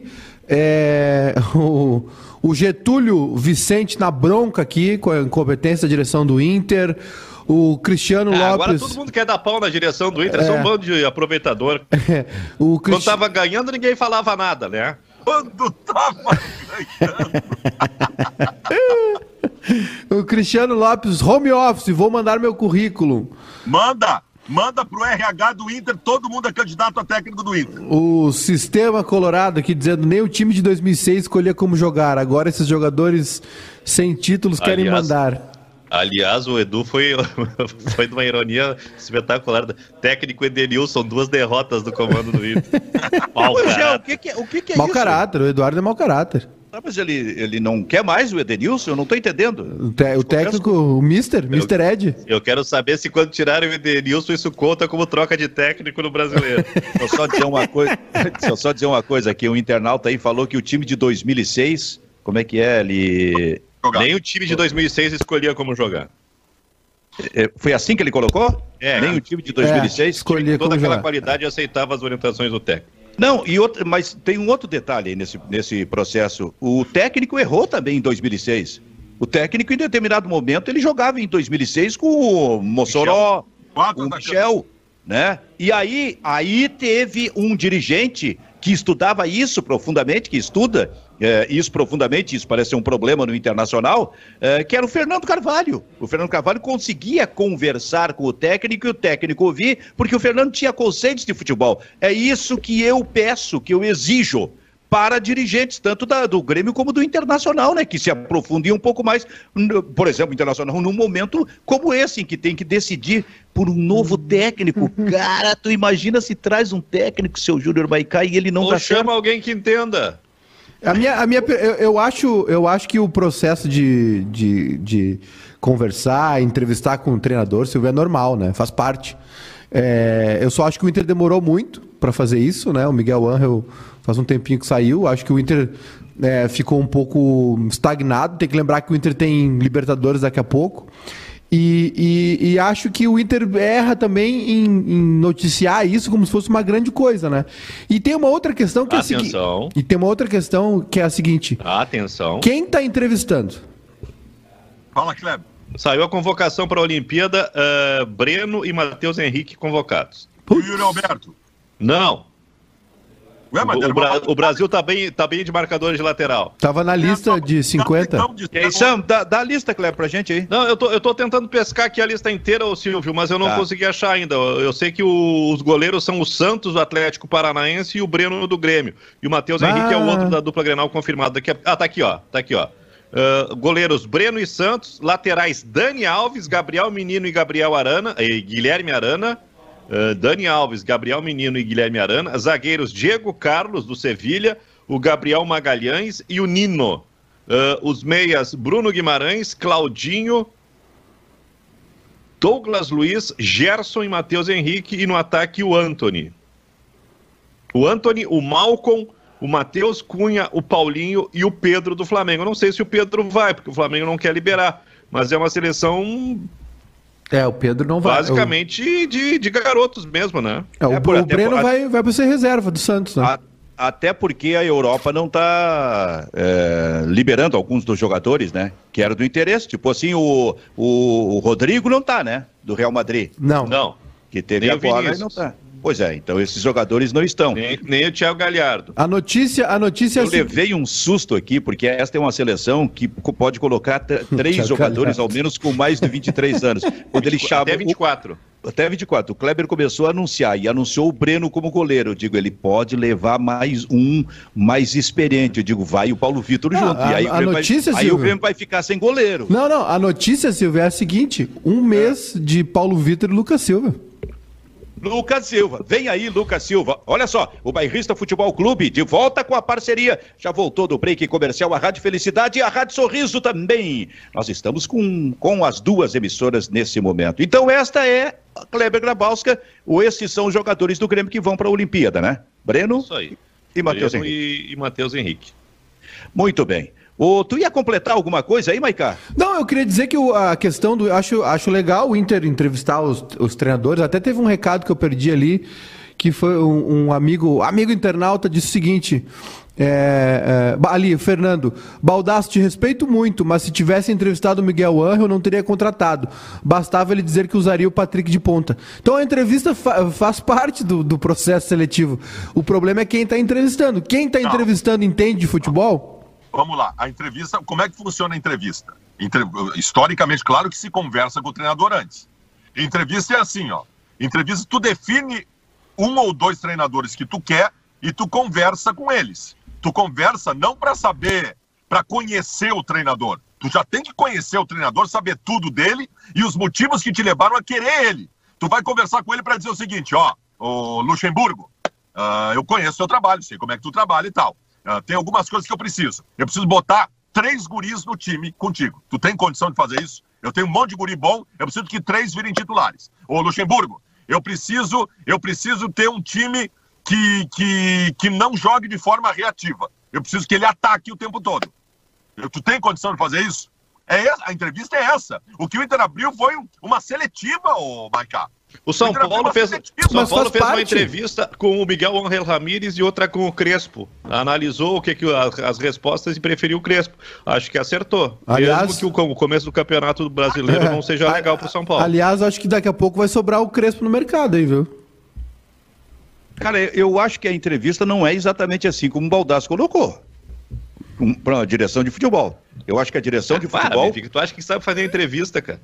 é, o, o Getúlio Vicente na bronca aqui, com a incompetência da direção do Inter, o Cristiano é, Lopes... Agora todo mundo quer dar pau na direção do Inter, é, é só um bando de aproveitador. É, o Cristi... Quando tava ganhando, ninguém falava nada, né? Quando tava ganhando... O Cristiano Lopes, home office, vou mandar meu currículo. Manda! Manda pro R H do Inter, todo mundo é candidato a técnico do Inter. O Sistema Colorado aqui dizendo, nem o time de dois mil e seis escolhia como jogar, agora esses jogadores sem títulos querem aliás, mandar. Aliás, o Edu foi, foi de uma ironia espetacular. Técnico Edenilson, duas derrotas do comando do Inter. Mau caráter. O que, que, o que, que é mau isso? caráter, o Eduardo é mau caráter. Ah, mas ele, ele não quer mais o Edenilson? Eu não estou entendendo. O, te, o técnico, o Mister, Mister Ed. Eu quero saber se quando tirarem o Edenilson isso conta como troca de técnico no brasileiro. Deixa eu só dizer uma coisa, deixa eu só dizer uma coisa aqui, o internauta aí falou que o time de dois mil e seis, como é que é, ele... Nem o time de dois mil e seis escolhia como jogar. É, foi assim que ele colocou? É. Nem o time de dois mil e seis? É, escolhia toda como aquela jogar. qualidade aceitava as orientações do técnico. Não, e outro, mas tem um outro detalhe aí nesse, nesse processo. O técnico errou também em dois mil e seis. O técnico, em determinado momento, ele jogava em dois mil e seis com o Mossoró, com o Michel, né? E aí, aí teve um dirigente que estudava isso profundamente, que estuda é, isso profundamente, isso parece ser um problema no Internacional, é, que era o Fernando Carvalho. O Fernando Carvalho conseguia conversar com o técnico e o técnico ouvir, porque o Fernando tinha conceitos de futebol. É isso que eu peço, que eu exijo para dirigentes, tanto da, do Grêmio como do Internacional, né, que se aprofundem um pouco mais, por exemplo, o Internacional, num momento como esse, em que tem que decidir por um novo técnico. Cara, tu imagina se traz um técnico, seu Júnior Maiká, e ele não Ou dá chama certo. alguém que entenda. A minha, a minha, eu, eu, acho, eu acho que o processo de, de, de conversar, entrevistar com o treinador, Silvio, é normal, né? Faz parte. É, eu só acho que o Inter demorou muito para fazer isso, né? O Miguel Ángel faz um tempinho que saiu. Acho que o Inter é, ficou um pouco estagnado. Tem que lembrar que o Inter tem Libertadores daqui a pouco. E, e, e acho que o Inter erra também em, em noticiar isso como se fosse uma grande coisa, né? E tem uma outra questão que Atenção. é a seguinte. E tem uma outra questão que é a seguinte. Atenção. Quem está entrevistando? Fala, Kleber. Saiu a convocação para a Olimpíada, uh, Breno e Matheus Henrique convocados. E o Yuri Alberto? Não. Ué, mas O, o, Bra o Brasil tá bem, tá bem de marcadores de lateral. Tava na lista de cinquenta. Quem são? Dá, dá a lista, Kleber, pra gente aí. Não, eu tô, eu tô tentando pescar aqui a lista inteira, ô Silvio, mas eu não Tá. consegui achar ainda. Eu sei que o, os goleiros são o Santos, do Atlético Paranaense, e o Breno do Grêmio. E o Matheus Ah. Henrique é o outro da dupla Grenal confirmado. Daqui a... Ah, tá aqui, ó. Tá aqui, ó. Uh, goleiros Breno e Santos, laterais Dani Alves, Gabriel Menino e Gabriel Arana, e Guilherme Arana. Uh, Dani Alves, Gabriel Menino e Guilherme Arana, zagueiros Diego Carlos, do Sevilha, o Gabriel Magalhães e o Nino. Uh, os meias Bruno Guimarães, Claudinho, Douglas Luiz, Gerson e Matheus Henrique, e no ataque o Antony. O Antony, o Malcom, o Matheus Cunha, o Paulinho e o Pedro do Flamengo. Eu não sei se o Pedro vai, porque o Flamengo não quer liberar, mas é uma seleção... É, o Pedro não vai. Basicamente o... de, de garotos mesmo, né? É, o, É, por- o até Breno por- vai, vai para ser reserva do Santos, né? A- até porque a Europa não está liberando alguns dos jogadores, né? Que era do interesse. Tipo assim, o, o, o Rodrigo não tá, né? Do Real Madrid. Não. Não, Que teve Nem o agora e Vinícius. não tá. Pois é, então esses jogadores não estão. nem, nem o Thiago Galhardo. A notícia, a notícia é Eu a seguinte- levei um susto aqui, porque esta é uma seleção que co- pode colocar t- três Thiago jogadores, Galhardo. ao menos, com mais de vinte e três anos. Quando ele chama. Até vinte e quatro. O, até vinte e quatro. O Kleber começou a anunciar e anunciou o Breno como goleiro. Eu digo, ele pode levar mais um mais experiente. Eu digo, vai o Paulo Vitor Ah, junto. a- e aí, a o Grêmio notícia, vai, aí o Silvio- Grêmio vai ficar sem goleiro. Não, não, a notícia, Silvio, é a seguinte: um mês de Paulo Vitor e Lucas Silva. Lucas Silva, vem aí Lucas Silva, olha só, o Bairrista Futebol Clube de volta com a parceria, já voltou do break comercial a Rádio Felicidade e a Rádio Sorriso também, nós estamos com, com as duas emissoras nesse momento, então esta é a Kleber Grabowska, ou esses são os jogadores do Grêmio que vão para a Olimpíada, né? Breno Isso aí. e Matheus Breno Henrique. E, e Matheus Henrique. Muito bem. Ô, tu ia completar alguma coisa aí, Maiká? Não, eu queria dizer que o- a questão do. Acho, acho legal o Inter entrevistar os, os treinadores. Até teve um recado que eu perdi ali, que foi um, um amigo, amigo internauta, disse o seguinte. É, é, ali, Fernando, Baldasso, te respeito muito, mas se tivesse entrevistado o Miguel Ángel, não teria contratado. Bastava ele dizer que usaria o Patrick de ponta. Então a entrevista fa- faz parte do, do processo seletivo. O problema é quem está entrevistando. Quem está Não. entrevistando entende de futebol? Vamos lá, a entrevista, como é que funciona a entrevista? Entre- historicamente, claro que se conversa com o treinador antes. Entrevista é assim, ó. Entrevista, tu define um ou dois treinadores que tu quer e tu conversa com eles. Tu conversa não para saber, para conhecer o treinador. Tu já tem que conhecer o treinador, saber tudo dele e os motivos que te levaram a querer ele. Tu vai conversar com ele para dizer o seguinte, ó, ô Luxemburgo, ah, eu conheço o seu trabalho, sei como é que tu trabalha e tal. Ah, tem algumas coisas que eu preciso. Eu preciso botar três guris no time contigo. Tu tem condição de fazer isso? Eu tenho um monte de guri bom, eu preciso que três virem titulares. Ô, Luxemburgo, eu preciso, eu preciso ter um time que, que, que não jogue de forma reativa. Eu preciso que ele ataque o tempo todo. Eu- Tu tem condição de fazer isso? É essa, a entrevista é essa. O que o Inter abriu foi um- uma seletiva, ô Maiká. O São Inter abriu Paulo uma fez, seletiva. São Mas Paulo faz fez uma parte. entrevista com o Miguel Ángel Ramírez e outra com o Crespo. Analisou o que, que as, as respostas e preferiu o Crespo. Acho que acertou. Aliás- Mesmo que o, o começo do campeonato brasileiro não seja legal para o São Paulo. Aliás, acho que daqui a pouco vai sobrar o Crespo no mercado aí, viu? Cara, eu acho que a entrevista não é exatamente assim como o Baldasso colocou. Para a direção de futebol. Eu acho que a direção de Para, futebol. Benfica, tu acha que sabe fazer entrevista, cara?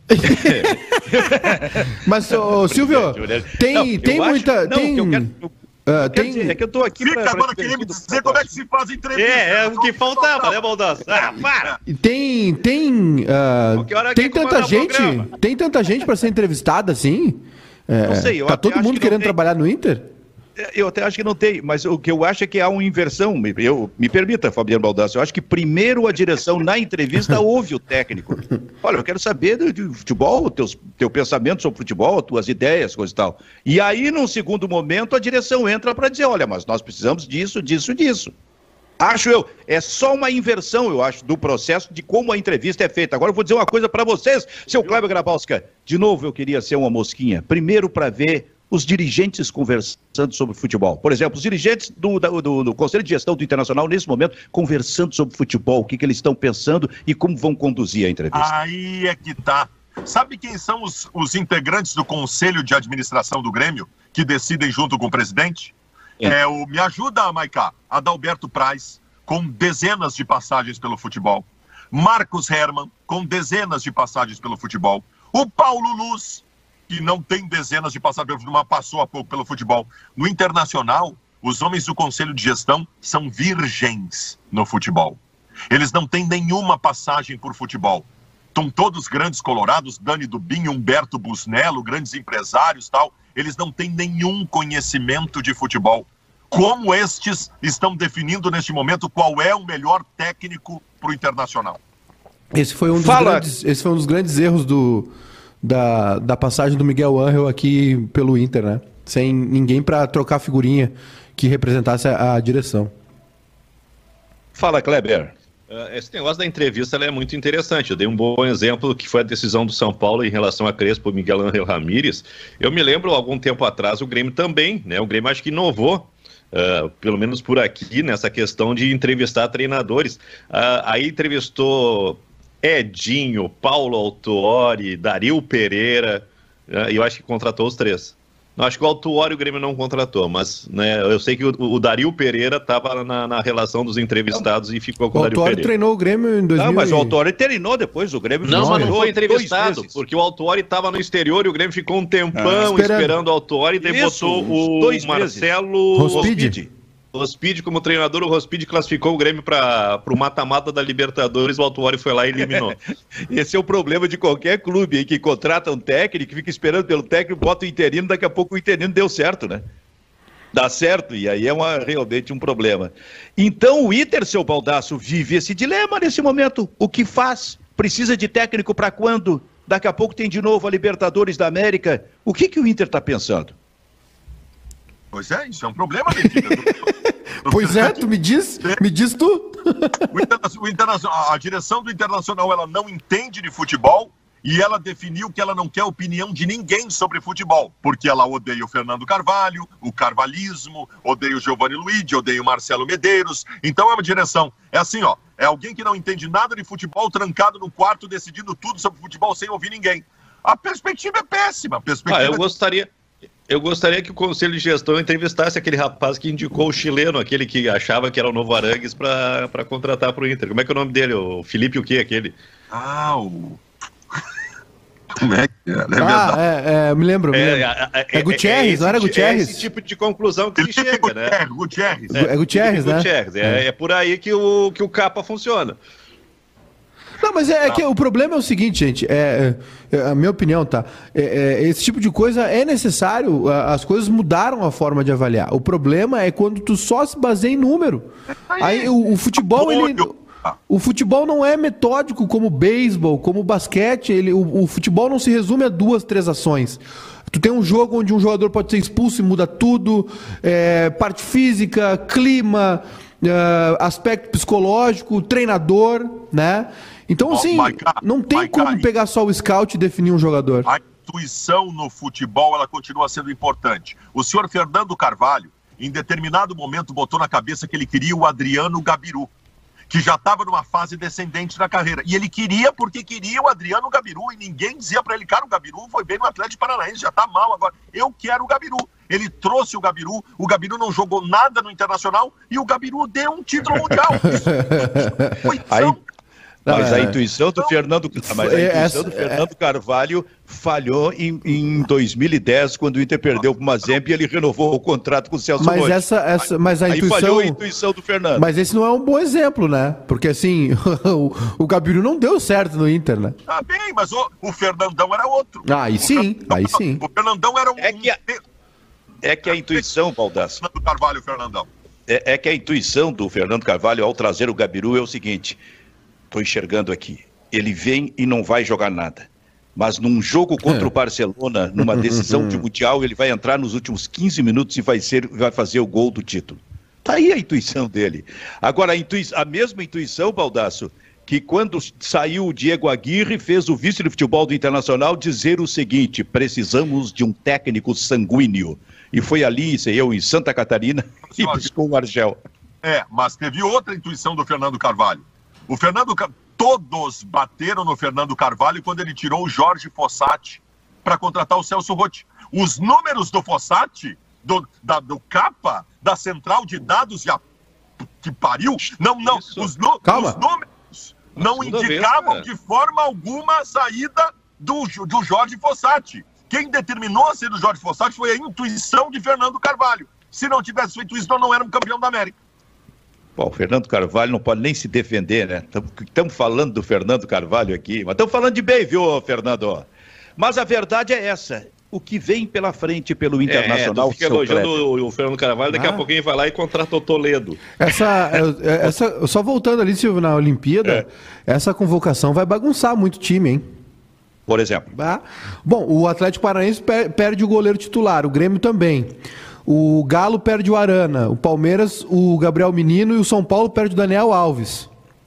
Mas, ô, Silvio, tem, Não, eu tem acho- muita. não, tem, que eu quero- eu ah, quero tem, dizer, é que eu tô aqui Fica pra- pra agora divertir querendo do dizer como é que se faz entrevista. É, é o que Não, faltava, não, né, Baldasso? Ah, para! tem. Tem. ah, Que hora tem que tanta comanda o gente. programa? Tem tanta gente para ser entrevistada assim? É, Não sei, eu tá até todo acho mundo que não querendo tem. trabalhar no Inter? eu até acho que não tem, mas o que eu acho é que há uma inversão. Eu, me permita, Fabiano Baldasso, eu acho que primeiro a direção na entrevista ouve o técnico. Olha, eu quero saber do, do futebol, teus, teu pensamento sobre futebol, tuas ideias, coisa e tal. E aí, num segundo momento, a direção entra para dizer, olha, mas nós precisamos disso, disso, disso. Acho eu, é só uma inversão, eu acho, do processo de como a entrevista é feita. Agora eu vou dizer uma coisa para vocês, seu Kleber Grabowska. De novo, eu queria ser uma mosquinha. Primeiro para ver os dirigentes conversando sobre futebol. Por exemplo, os dirigentes do, do, do Conselho de Gestão do Internacional, nesse momento, conversando sobre futebol, o que, que eles estão pensando e como vão conduzir a entrevista. Aí é que tá. Sabe quem são os, os integrantes do Conselho de Administração do Grêmio, que decidem junto com o presidente? É, o Me Ajuda, Maiká, Adalberto Praz, com dezenas de passagens pelo futebol. Marcos Herman, com dezenas de passagens pelo futebol. O Paulo Luz, que não tem dezenas de passagens pelo futebol, mas passou há pouco pelo futebol. No Internacional, os homens do Conselho de Gestão são virgens no futebol. Eles não têm nenhuma passagem por futebol. Estão todos grandes colorados, Dani Dubin, Humberto Busnello, grandes empresários e tal. Eles não têm nenhum conhecimento de futebol. Como estes estão definindo neste momento qual é o melhor técnico para o Internacional? Esse foi um dos, grandes, esse foi um dos grandes erros do, da, da passagem do Miguel Ángel aqui pelo Inter, né? Sem ninguém para trocar figurinha que representasse a, a direção. Fala, Kleber. Esse negócio da entrevista ela é muito interessante. Eu dei um bom exemplo que foi a decisão do São Paulo em relação a Crespo e Miguel Ángel Ramírez. Eu me lembro, algum tempo atrás, o Grêmio também, né? O Grêmio acho que inovou, uh, pelo menos por aqui, nessa questão de entrevistar treinadores. Uh, aí entrevistou Edinho, Paulo Autuori, Dario Pereira, uh, e eu acho que contratou os três. Não, acho que o Autuori o Grêmio não contratou, mas né, eu sei que o, o Dario Pereira estava na, na relação dos entrevistados não, e ficou com o Dario Pereira. O Autuori treinou o Grêmio em dois mil. Não, mas o Autuori treinou depois, o Grêmio não, mas não foi entrevistado, porque o Autuori estava no exterior e o Grêmio ficou um tempão ah, esperando. esperando o Autuori e daí Isso, botou o dois Marcelo Rospide. Rospide como treinador. O Rospide classificou o Grêmio para o mata-mata da Libertadores, o Autuori foi lá e eliminou. Esse é o problema de qualquer clube aí, que contrata um técnico, fica esperando pelo técnico, bota o interino, daqui a pouco o interino deu certo, né? Dá certo, e aí é uma, realmente um problema. Então o Inter, seu Baldasso, vive esse dilema nesse momento. O que faz? Precisa de técnico para quando? Daqui a pouco tem de novo a Libertadores da América. O que, que o Inter está pensando? Pois é, isso é um problema, do... Pois é, tu me diz, me diz tu. O interna... o interna... A direção do Internacional, ela não entende de futebol e ela definiu que ela não quer opinião de ninguém sobre futebol, porque ela odeia o Fernando Carvalho, o carvalhismo, odeia o Giovanni Luigi, odeia o Marcelo Medeiros. Então é uma direção, é assim, ó, é alguém que não entende nada de futebol, trancado no quarto, decidindo tudo sobre futebol sem ouvir ninguém. A perspectiva é péssima. A perspectiva ah, eu gostaria... Eu gostaria que o Conselho de Gestão entrevistasse aquele rapaz que indicou o chileno, aquele que achava que era o Novo Arangues para contratar para o Inter. Como é que é o nome dele? O Felipe o quê, aquele? Ah, o... Como é que é? É ah, é, é, me lembro. Me lembro. É, é, é Gutierrez, é, é não era Gutierrez? É esse tipo de conclusão que Felipe se chega, Gutierrez, né? Gutierrez. É, é Gutierrez, né? Gutierrez. É, é por aí que o, que o Capa funciona. Não, mas é, é que o problema é o seguinte, gente, é, é a minha opinião, tá? É, é, esse tipo de coisa é necessário, as coisas mudaram a forma de avaliar. O problema é quando tu só se baseia em número. Aí o, o futebol, ele, o futebol não é metódico como o beisebol, como o basquete, ele, o, o futebol não se resume a duas, três ações. Tu tem um jogo onde um jogador pode ser expulso e muda tudo, é, parte física, clima, é, aspecto psicológico, treinador, né? Então, assim, oh, God, não tem como God. pegar só o scout e definir um jogador. A intuição no futebol, ela continua sendo importante. O senhor Fernando Carvalho, em determinado momento, botou na cabeça que ele queria o Adriano Gabiru, que já estava numa fase descendente da carreira. E ele queria porque queria o Adriano Gabiru, e ninguém dizia para ele, cara, o Gabiru foi bem no Atlético Paranaense, já está mal agora. Eu quero o Gabiru. Ele trouxe o Gabiru, o Gabiru não jogou nada no Internacional, e o Gabiru deu um título mundial. Isso foi tão... Mas a intuição do Fernando, mas a intuição do Fernando Carvalho falhou em, em dois mil e dez, quando o Inter perdeu para o Mazembe e ele renovou o contrato com o Celso Mas Monte. essa, essa, mas a Aí intuição, falhou a intuição do Fernando. Mas esse não é um bom exemplo, né? Porque assim, o, o Gabiru não deu certo no Inter, né? Ah, bem, mas o, o Fernandão era outro. Ah, aí sim, aí sim. O Fernandão era um... É que a... É que a intuição, Baldasso... Fernando Carvalho, Fernandão. É, é que a intuição do Fernando Carvalho ao trazer o Gabiru é o seguinte, estou enxergando aqui, ele vem e não vai jogar nada, mas num jogo contra o Barcelona, numa decisão de mundial, ele vai entrar nos últimos quinze minutos e vai, ser, vai fazer o gol do título. Tá aí a intuição dele. Agora, a, intui... a mesma intuição, Baldasso, que quando saiu o Diego Aguirre, fez o vice de futebol do Internacional dizer o seguinte, precisamos de um técnico sanguíneo. E foi ali, sei eu, em Santa Catarina, e buscou o Argel. É, mas teve outra intuição do Fernando Carvalho. O Fernando Todos bateram no Fernando Carvalho quando ele tirou o Jorge Fossati para contratar o Celso Rotti. Os números do Fossati, do, da, do capa, da central de dados de a... que pariu, não, não, os, no, os números não indicavam vez, de forma alguma a saída do, do Jorge Fossati. Quem determinou a saída do Jorge Fossati foi a intuição de Fernando Carvalho. Se não tivesse feito isso, nós não éramos campeão da América. Bom, o Fernando Carvalho não pode nem se defender, né? Estamos falando do Fernando Carvalho aqui, mas estamos falando de bem, viu, Fernando? Mas a verdade é essa. O que vem pela frente pelo Internacional... É, tu fica elogiando o, o Fernando Carvalho, daqui ah. a pouquinho vai lá e contrata o Toledo. Essa, essa, só voltando ali, Silvio, na Olimpíada, é. essa convocação vai bagunçar muito o time, hein? Por exemplo. Ah. Bom, o Atlético Paranaense per- perde o goleiro titular, o Grêmio também. O Galo perde o Arana, o Palmeiras, o Gabriel Menino e o São Paulo perde o Daniel Alves.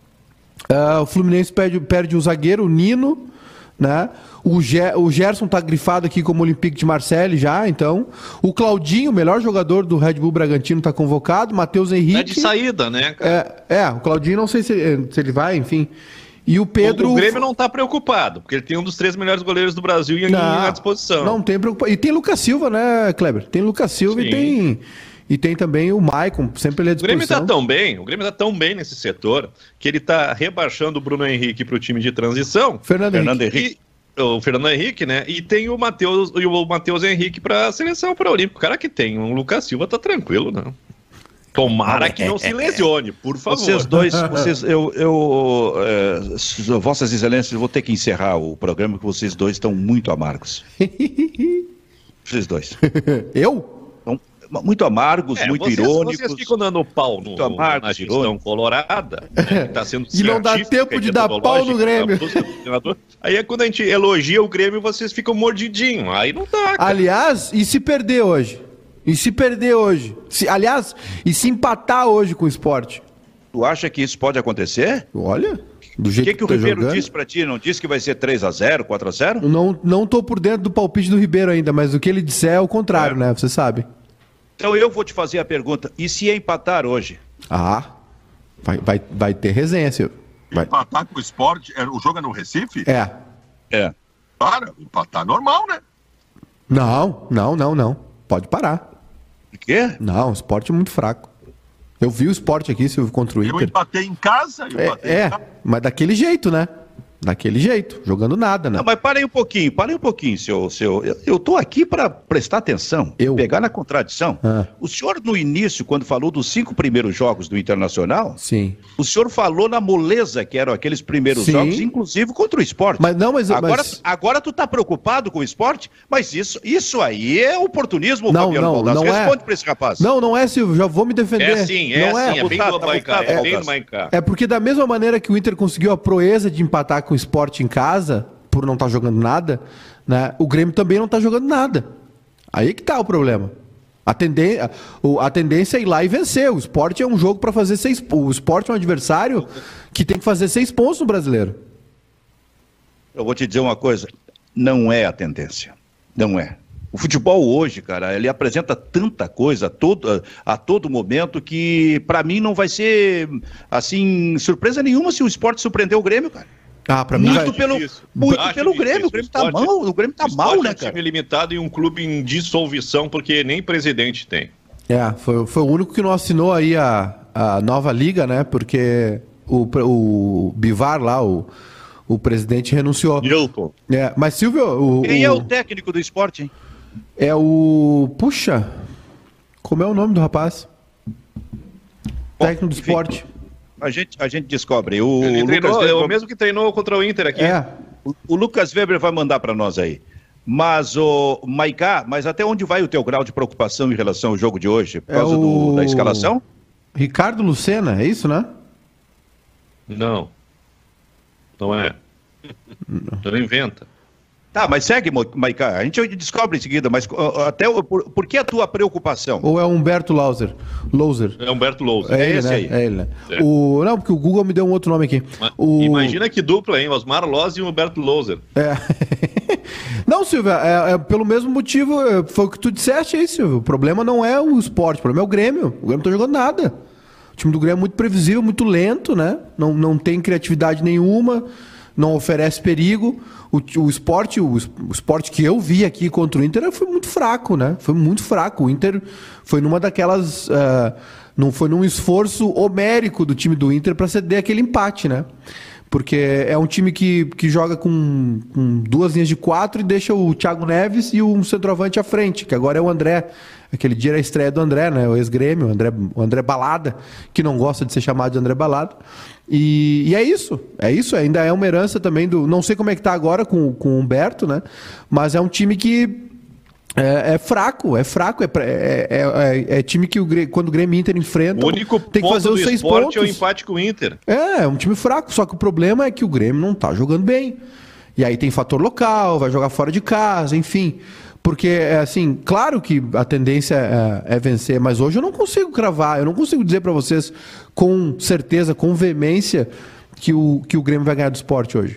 Uh, o Fluminense perde, perde o zagueiro, o Nino, né? O, Ge- o Gerson tá grifado aqui como Olympique de Marseille já, então. O Claudinho, o melhor jogador do Red Bull Bragantino, tá convocado. Matheus Henrique. É de saída, né, cara? É, é, o Claudinho não sei se, se ele vai, enfim. E o Pedro... O, o Grêmio não está preocupado, porque ele tem um dos três melhores goleiros do Brasil e à disposição. Não tem preocupação. E tem Lucas Silva, né, Kleber? Tem Lucas Silva e tem, e tem também o Maicon, sempre ele à disposição. O Grêmio está tão bem, o Grêmio está tão bem nesse setor, que ele está rebaixando o Bruno Henrique para o time de transição. Fernando, Fernando Henrique. Henrique. E, o Fernando Henrique, né? E tem o Matheus e o Matheus Henrique para a seleção para o Olímpico. O cara que tem, o Lucas Silva tá tranquilo, não. Tomara que não se lesione, por favor. Vocês dois, vocês, eu, eu é, Vossas Excelências, eu vou ter que encerrar o programa, porque vocês dois estão muito amargos. Vocês dois. Eu? Estão muito amargos, é, muito vocês, irônicos. Vocês ficam dando pau no, muito amargos, na gestão colorada, né, que tá sendo e não dá tempo de dar pau no Grêmio. Aí é quando a gente elogia o Grêmio, vocês ficam mordidinhos. Aí não dá, cara. Aliás, e se perder hoje? E se perder hoje? Se, aliás, e se empatar hoje com o Sport? Tu acha que isso pode acontecer? Olha, do jeito que, que, que o tá Ribeiro jogando? Disse pra ti? Não disse que vai ser três a zero, quatro a zero? Não, não tô por dentro do palpite do Ribeiro ainda, mas o que ele disser é o contrário, é. né? Você sabe. Então eu vou te fazer a pergunta. E se empatar hoje? Ah, vai, vai, vai ter resenha, Silvio. Vai. Empatar com o Sport, o jogo é no Recife? É. É. Para, empatar normal, né? Não, não, não, não. Pode parar. O quê? Não, o Sport é muito fraco. Eu vi o Sport aqui, Silvio, contra o Inter. Eu empatei em casa. Eu é, empatei é em casa. Mas daquele jeito, né? Daquele jeito, jogando nada, né? Não, mas parem um pouquinho, parem um pouquinho, seu... seu eu, eu tô aqui para prestar atenção, eu? pegar na contradição. Ah. O senhor, no início, quando falou dos cinco primeiros jogos do Internacional, sim, o senhor falou na moleza que eram aqueles primeiros sim. jogos, inclusive contra o Sport. Mas não, mas... Agora, mas... agora tu tá preocupado com o Sport? Mas isso, isso aí é oportunismo, não, Fabiano não, Baldassi. não Responde é. pra esse rapaz. É sim, é não sim, é, é bem tá, do tá, Maicá, tá, é bem tá. do Maicá. É porque da mesma maneira que o Inter conseguiu a proeza de empatar com o Sport em casa, por não estar jogando nada, né? O Grêmio também não está jogando nada. Aí que tá o problema. A, tenden... a tendência é ir lá e vencer. O Sport é um jogo para fazer seis... O Sport é um adversário que tem que fazer seis pontos no Brasileiro. Eu vou te dizer uma coisa. Não é a tendência. Não é. O futebol hoje, cara, ele apresenta tanta coisa a todo, a todo momento que, para mim, não vai ser, assim, surpresa nenhuma se o Sport surpreender o Grêmio, cara. Ah, para mim muito vai... pelo, muito pelo Grêmio. O Grêmio tá mal, o Grêmio tá mal, né, cara? É um time limitado e um clube em dissolução, porque nem presidente tem. É, foi, foi o único que não assinou aí a, a nova liga, né? Porque o, o Bivar lá, o, o presidente, renunciou. Newton. É, mas, Silvio... O, Quem o... é o técnico do Sport, hein? É o... Puxa, como é o nome do rapaz? Bom, técnico do enfim, Sport. A gente, a gente descobre. O, Ele o treinou, Lucas é Weber, o mesmo que treinou contra o Inter aqui. É. o, o Lucas Weber vai mandar para nós aí. Mas, o Maiká, mas até onde vai o teu grau de preocupação em relação ao jogo de hoje? Por causa É o... do, da escalação? Ricardo Lucena, é isso, né? Não. Não é. Não inventa. Tá, mas segue, Maiká. A gente descobre em seguida, mas uh, até o, por, por que a tua preocupação? Ou é Humberto Lauser? Louser. É Humberto Louser. É, É ele, esse né? aí. É ele, né? É. O... Não, porque o Google me deu um outro nome aqui. Mas O... Imagina que dupla, hein? Osmar Loz e Humberto Louser. É. Não, Silvia, é, é pelo mesmo motivo, é, foi o que tu disseste aí, Silvio. O problema não é o esporte, o problema é o Grêmio. O Grêmio não tá jogando nada. O time do Grêmio é muito previsível, muito lento, né? Não, não tem criatividade nenhuma, não oferece perigo. O, o esporte, o, o esporte que eu vi aqui contra o Inter foi muito fraco, né? Foi muito fraco. O Inter foi numa daquelas... Uh, não foi num esforço homérico do time do Inter para ceder aquele empate, né? Porque é um time que, que joga com, com duas linhas de quatro e deixa o Thiago Neves e um centroavante à frente, que agora é o André. Aquele dia era a estreia do André, né? O ex-grêmio, o André, o André Balada, que não gosta de ser chamado de André Balada. E, e é isso, é isso. Ainda é uma herança também do... Não sei como é que tá agora com, com o Humberto, né? Mas é um time que é, é fraco, é fraco. É, é, é, é time que o, quando o Grêmio e o Inter enfrentam, O único tem que ponto fazer do os seis esporte pontos. é o empate com o Inter. É, é um time fraco, só que o problema é que o Grêmio não tá jogando bem. E aí tem fator local, vai jogar fora de casa, enfim. Porque, é assim, claro que a tendência é, é vencer, mas hoje eu não consigo cravar, eu não consigo dizer para vocês com certeza, com veemência, que o, que o Grêmio vai ganhar do Sport hoje.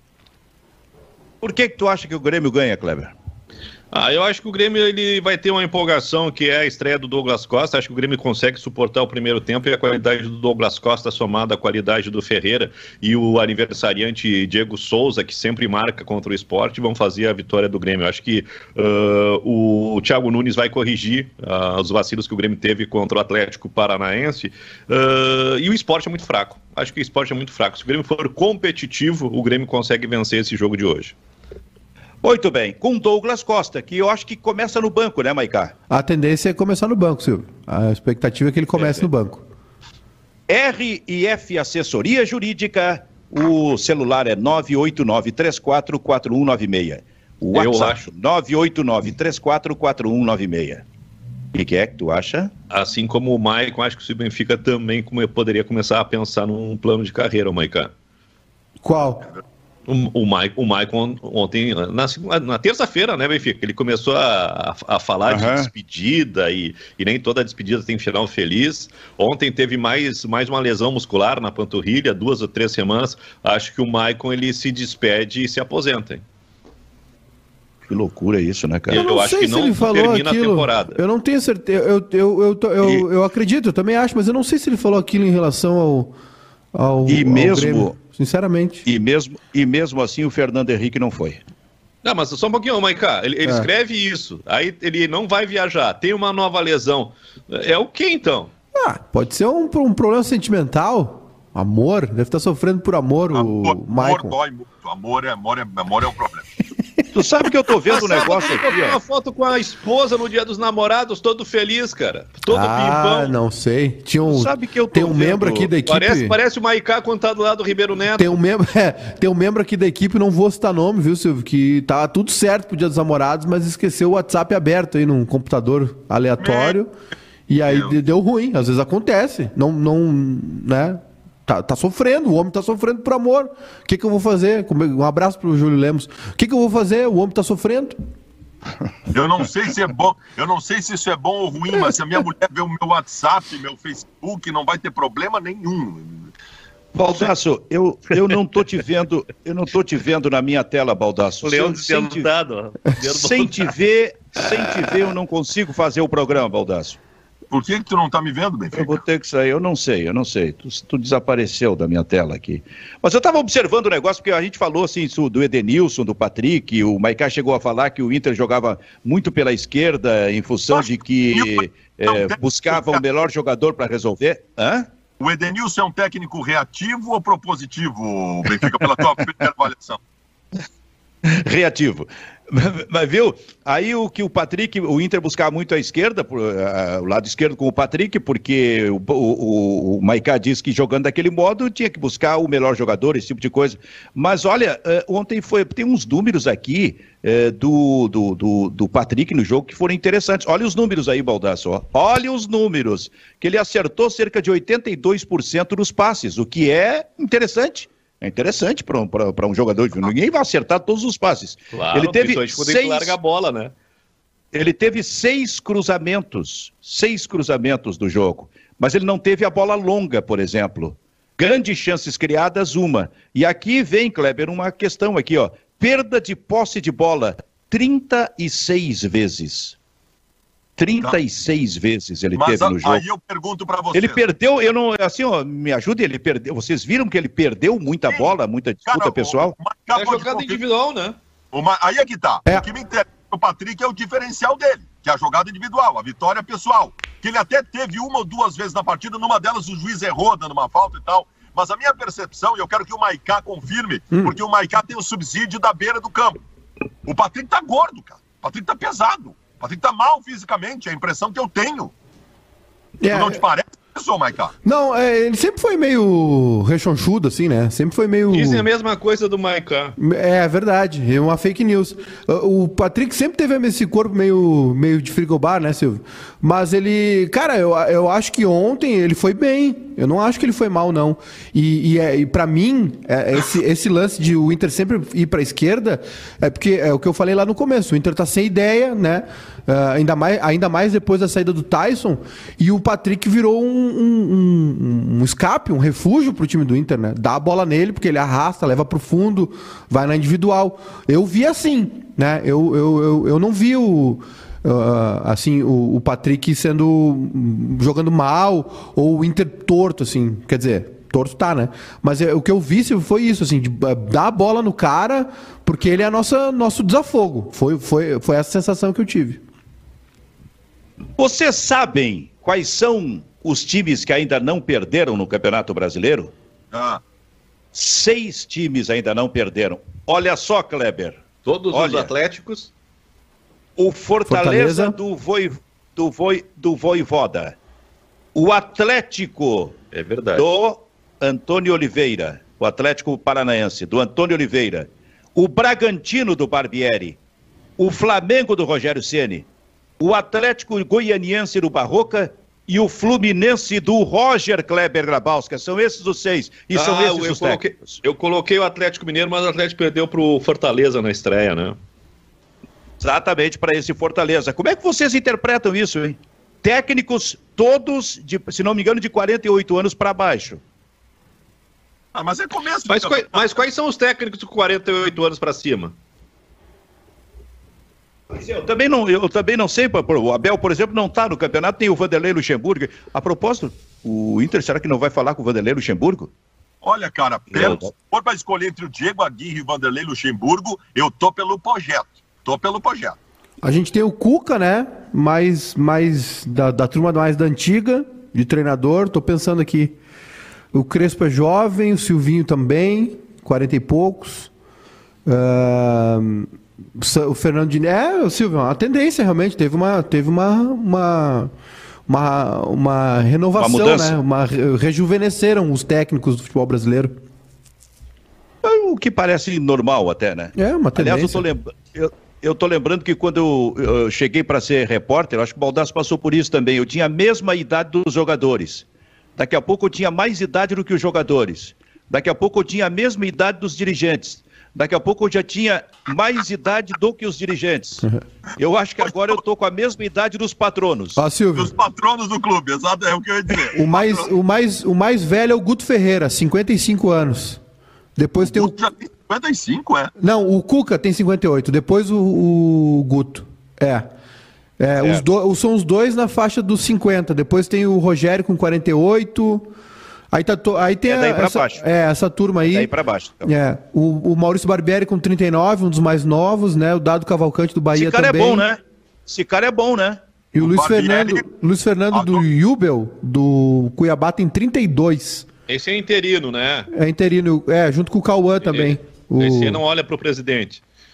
Por que que tu acha que o Grêmio ganha, Kleber? Ah, eu acho que o Grêmio ele vai ter uma empolgação que é a estreia do Douglas Costa. Acho que o Grêmio consegue suportar o primeiro tempo e a qualidade do Douglas Costa somada à qualidade do Ferreira e o aniversariante Diego Souza, que sempre marca contra o Sport, vão fazer a vitória do Grêmio. Eu acho que uh, o, o Thiago Nunes vai corrigir uh, os vacilos que o Grêmio teve contra o Atlético Paranaense uh, e o Sport é muito fraco. Acho que o Sport é muito fraco. Se o Grêmio for competitivo, o Grêmio consegue vencer esse jogo de hoje. Muito bem, com Douglas Costa, que eu acho que começa no banco, né, Maiká? A tendência é começar no banco, Silvio. A expectativa é que ele comece É, no banco. R e F Assessoria Jurídica, o celular é nove oito nove, três quatro quatro um nove seis. O Eu WhatsApp, acho. nove oito nove, três quatro quatro um nove seis. O que, que é que tu acha? Assim como o Maicon, acho que o Benfica também como poderia começar a pensar num plano de carreira, o Maicon. Qual? O, o, Maicon, o Maicon ontem, na, na terça-feira, né, Benfica, ele começou a, a, a falar Uhum. de despedida e, e nem toda despedida tem final feliz. Ontem teve mais, mais uma lesão muscular na panturrilha, duas ou três semanas. Acho que o Maicon ele se despede e se aposenta. Hein? Que loucura isso, né, cara? Eu não acho sei que se não ele falou termina a aquilo. temporada. Eu não tenho certeza. Eu, eu, eu, tô- eu, eu acredito, eu também acho, mas eu não sei se ele falou aquilo em relação ao, ao, E ao mesmo- Grêmio, sinceramente. E mesmo, e mesmo assim o Fernando Henrique não foi. Não, mas só um pouquinho, Maicon. Ele, ele É. escreve isso, aí ele não vai viajar, tem uma nova lesão. É o que então? Ah, pode ser um, um problema sentimental. Amor, deve estar sofrendo por amor, o Amor, amor Michael. dói muito. Amor é, amor, é, amor é um problema. Tu sabe que eu tô vendo um Sábado negócio ele aqui, botou uma ó. foto com a esposa no Dia dos Namorados, todo feliz, cara. Todo Ah, pimpão. não sei. Tinha um, Sabe que eu tô tem um vendo- membro aqui da equipe. Parece, parece o Maicá quando tá do lado do Ribeiro Neto. Tem um membro, é, tem um membro aqui da equipe, não vou citar nome, viu, Silvio? Que tá tudo certo pro Dia dos Namorados, mas esqueceu o WhatsApp aberto aí num computador aleatório. E aí Meu. de- deu ruim. Às vezes acontece. Não, não, né? Tá, tá sofrendo, o homem tá sofrendo por amor. O que que eu vou fazer? Como- Um abraço pro Júlio Lemos. O que que eu vou fazer? O homem tá sofrendo. Eu não sei se é bom, eu não sei se isso é bom ou ruim, mas se a minha mulher ver o meu WhatsApp, meu Facebook, não vai ter problema nenhum. Baldasso, eu, eu não tô te vendo, eu não tô te vendo na minha tela, Baldasso. Leão Sem, sem, te, desdentado, ó. sem te ver, sem te ver, eu não consigo fazer o programa, Baldasso. Por que que tu não tá me vendo, Eu Benfica? vou ter que sair, eu não sei, eu não sei. Tu, tu desapareceu da minha tela aqui. Mas eu estava observando o negócio, porque a gente falou assim isso do Edenilson, do Patrick, o Maicá chegou a falar que o Inter jogava muito pela esquerda em função de que eh, buscava o melhor jogador para resolver. Hã? O Edenilson é um técnico reativo ou propositivo, Benfica, pela tua primeira avaliação? Reativo. Mas viu, aí o que o Patrick, o Inter buscava muito à esquerda, por, uh, o lado esquerdo com o Patrick, porque o, o, o Maicá disse que jogando daquele modo tinha que buscar o melhor jogador, esse tipo de coisa. Mas olha, uh, ontem foi, tem uns números aqui uh, do, do, do, do Patrick no jogo que foram interessantes. Olha os números aí, Baldasso, ó. Olha os números, que ele acertou cerca de oitenta e dois por cento dos passes, o que é interessante. É interessante para um, um jogador. Ninguém vai acertar todos os passes. Claro, ele teve seis... larga a bola, né? Ele teve seis cruzamentos, seis cruzamentos do jogo, mas ele não teve a bola longa, por exemplo. Grandes chances criadas, uma. E aqui vem, Kleber, uma questão aqui, ó. Perda de posse de bola, trinta e seis vezes. trinta e seis tá. vezes ele Mas teve no jogo. Aí eu pergunto para você. Ele perdeu, eu não, assim, ó, me ajude, ele perdeu. Vocês viram que ele perdeu muita Sim. bola, muita disputa Cara, pessoal? O, o é jogada individual, né? Uma, aí é que tá. É. O que me interessa o Patrick é o diferencial dele, que é a jogada individual, a vitória pessoal. Que ele até teve uma ou duas vezes na partida, numa delas o juiz errou, dando uma falta e tal. Mas a minha percepção, e eu quero que o Maicá confirme, hum. porque o Maicá tem o subsídio da beira do campo. O Patrick tá gordo, cara. O Patrick tá pesado. O Patrick tá mal fisicamente, é a impressão que eu tenho. É, não te parece isso, Maicá? Não, é, ele sempre foi meio rechonchudo, assim, né? Sempre foi meio... Dizem a mesma coisa do Maicá. É, verdade, é uma fake news. O Patrick sempre teve esse corpo meio, meio de frigobar, né, Silvio? Mas ele... Cara, eu, eu acho que ontem ele foi bem. Eu não acho que ele foi mal, não. E, e, é, e pra mim, é, esse, esse lance de o Inter sempre ir pra esquerda, é porque é o que eu falei lá no começo. O Inter tá sem ideia, né? Uh, ainda, mais, ainda mais depois da saída do Tyson. E o Patrick virou um, um, um, um escape, um refúgio pro time do Inter, né? Dá a bola nele, porque ele arrasta, leva pro fundo, vai na individual. Eu vi assim, né? Eu, eu, eu, eu não vi o... Uh, assim, o, o Patrick sendo jogando mal ou o Inter torto, assim, quer dizer, torto tá, né? Mas é, o que eu vi foi isso, assim, de dar a bola no cara, porque ele é nossa, nosso desafogo. Foi, foi, foi essa sensação que eu tive. Vocês sabem quais são os times que ainda não perderam no Campeonato Brasileiro? Ah. Seis times ainda não perderam. Olha só, Kleber. Todos Olha. os Atléticos. O Fortaleza, Fortaleza. Do, Voi, do, Voi, do Voivoda. O Atlético é verdade. do Antônio Oliveira. O Atlético Paranaense, do Antônio Oliveira. O Bragantino do Barbieri. O Flamengo do Rogério Ceni. O Atlético Goianiense do Barroca. E o Fluminense do Roger Kleber Grabowska. São esses os seis. E ah, são esses eu os coloquei, técnicos. Eu coloquei o Atlético Mineiro, mas o Atlético perdeu para o Fortaleza na estreia, né? Exatamente, para esse Fortaleza. Como é que vocês interpretam isso, hein? Técnicos todos, de, se não me engano, de quarenta e oito anos para baixo. Ah, mas é começo. Mas, quais, mas quais são os técnicos de quarenta e oito anos para cima? Eu também não, eu também não sei. O Abel, por exemplo, não está no campeonato, tem o Vanderlei Luxemburgo. A propósito, o Inter, será que não vai falar com o Vanderlei Luxemburgo? Olha, cara, pelo, se for para escolher entre o Diego Aguirre e o Vanderlei Luxemburgo, eu tô pelo projeto. Tô pelo projeto. A gente tem o Cuca, né? Mais, mais da, da turma mais da antiga, de treinador. Tô pensando aqui. O Crespo é jovem, o Silvinho também, quarenta e poucos. Uh, o Fernando Diniz. É, o Silvio, uma tendência realmente. Teve uma, teve uma, uma, uma, uma renovação, uma né? Uma, rejuvenesceram os técnicos do futebol brasileiro. O que parece normal até, né? É, uma tendência. Aliás, eu tô lembrando. Eu... Eu estou lembrando que quando eu, eu cheguei para ser repórter, eu acho que o Baldasso passou por isso também, eu tinha a mesma idade dos jogadores. Daqui a pouco eu tinha mais idade do que os jogadores. Daqui a pouco eu tinha a mesma idade dos dirigentes. Daqui a pouco eu já tinha mais idade do que os dirigentes. Eu acho que agora eu estou com a mesma idade dos patronos. Ó, Silvio. Dos patronos do clube, exato, é o que eu ia dizer. O mais, o mais, o mais velho é o Guto Ferreira, cinquenta e cinco anos. Depois o tem Guto o... já tem cinquenta e cinco, é? Não, o Cuca tem cinquenta e oito, depois o, o Guto. É. é, é. Os do... São os dois na faixa dos cinquenta. Depois tem o Rogério com quarenta e oito. Aí, tá to... aí tem é daí pra essa... baixo. É, essa turma aí. É daí pra baixo. Então. É. O, o Maurício Barbieri com trinta e nove, um dos mais novos, né? O Dado Cavalcante do Bahia também. Esse cara também. é bom, né? Esse cara é bom, né? E o, o Luiz Barbieri... Fernando, Luiz Fernando ah, do Jubel, do Cuiabá, tem trinta e dois. Esse é interino, né? É interino, é, junto com o Cauã também. O... Esse não olha pro presidente.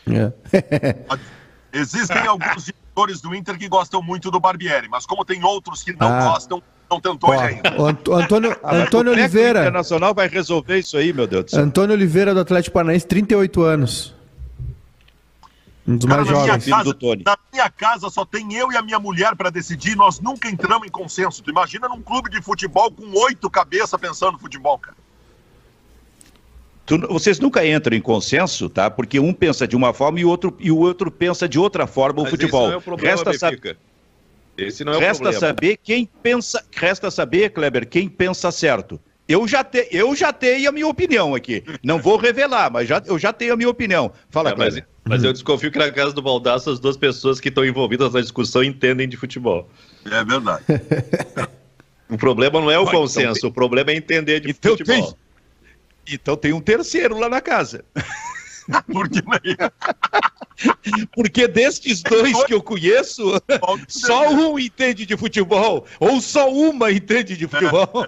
É. Existem alguns diretores do Inter que gostam muito do Barbieri, mas como tem outros que não Ah. gostam, não tentou ele Ó, ainda. o Ant- o Antônio, Ah, mas Antônio como é que o Oliveira. Internacional vai resolver isso aí, meu Deus do céu? Antônio Oliveira do Atlético Paranaense, trinta e oito anos. Um dos Cara, mais na, minha jovens. filho casa, do Tony. na minha casa só tem eu e a minha mulher para decidir, nós nunca entramos em consenso. Tu imagina num clube de futebol com oito cabeças pensando no futebol, cara. Tu- vocês nunca entram em consenso, tá? Porque um pensa de uma forma e o outro, e o outro pensa de outra forma o Mas futebol. esse não é o problema, Resta, sa- Benfica. Esse não é o resta problema. saber quem pensa, resta saber, Kleber, quem pensa certo. Eu já, te, eu já tenho a minha opinião aqui. Não vou revelar, mas já, eu já tenho a minha opinião. Fala, É, mas, Kleber. mas eu desconfio que na casa do Baldasso as duas pessoas que estão envolvidas na discussão entendem de futebol. É verdade. O problema não é o Ó, então consenso, tem- o problema é entender de Então futebol. tem, então tem um terceiro lá na casa. Porque Porque destes dois que eu conheço, só um entende de futebol, ou só uma entende de futebol.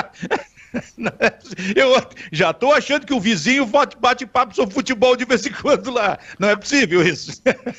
Eu já estou achando que o vizinho bate, bate papo sobre futebol de vez em quando lá. Não é possível isso.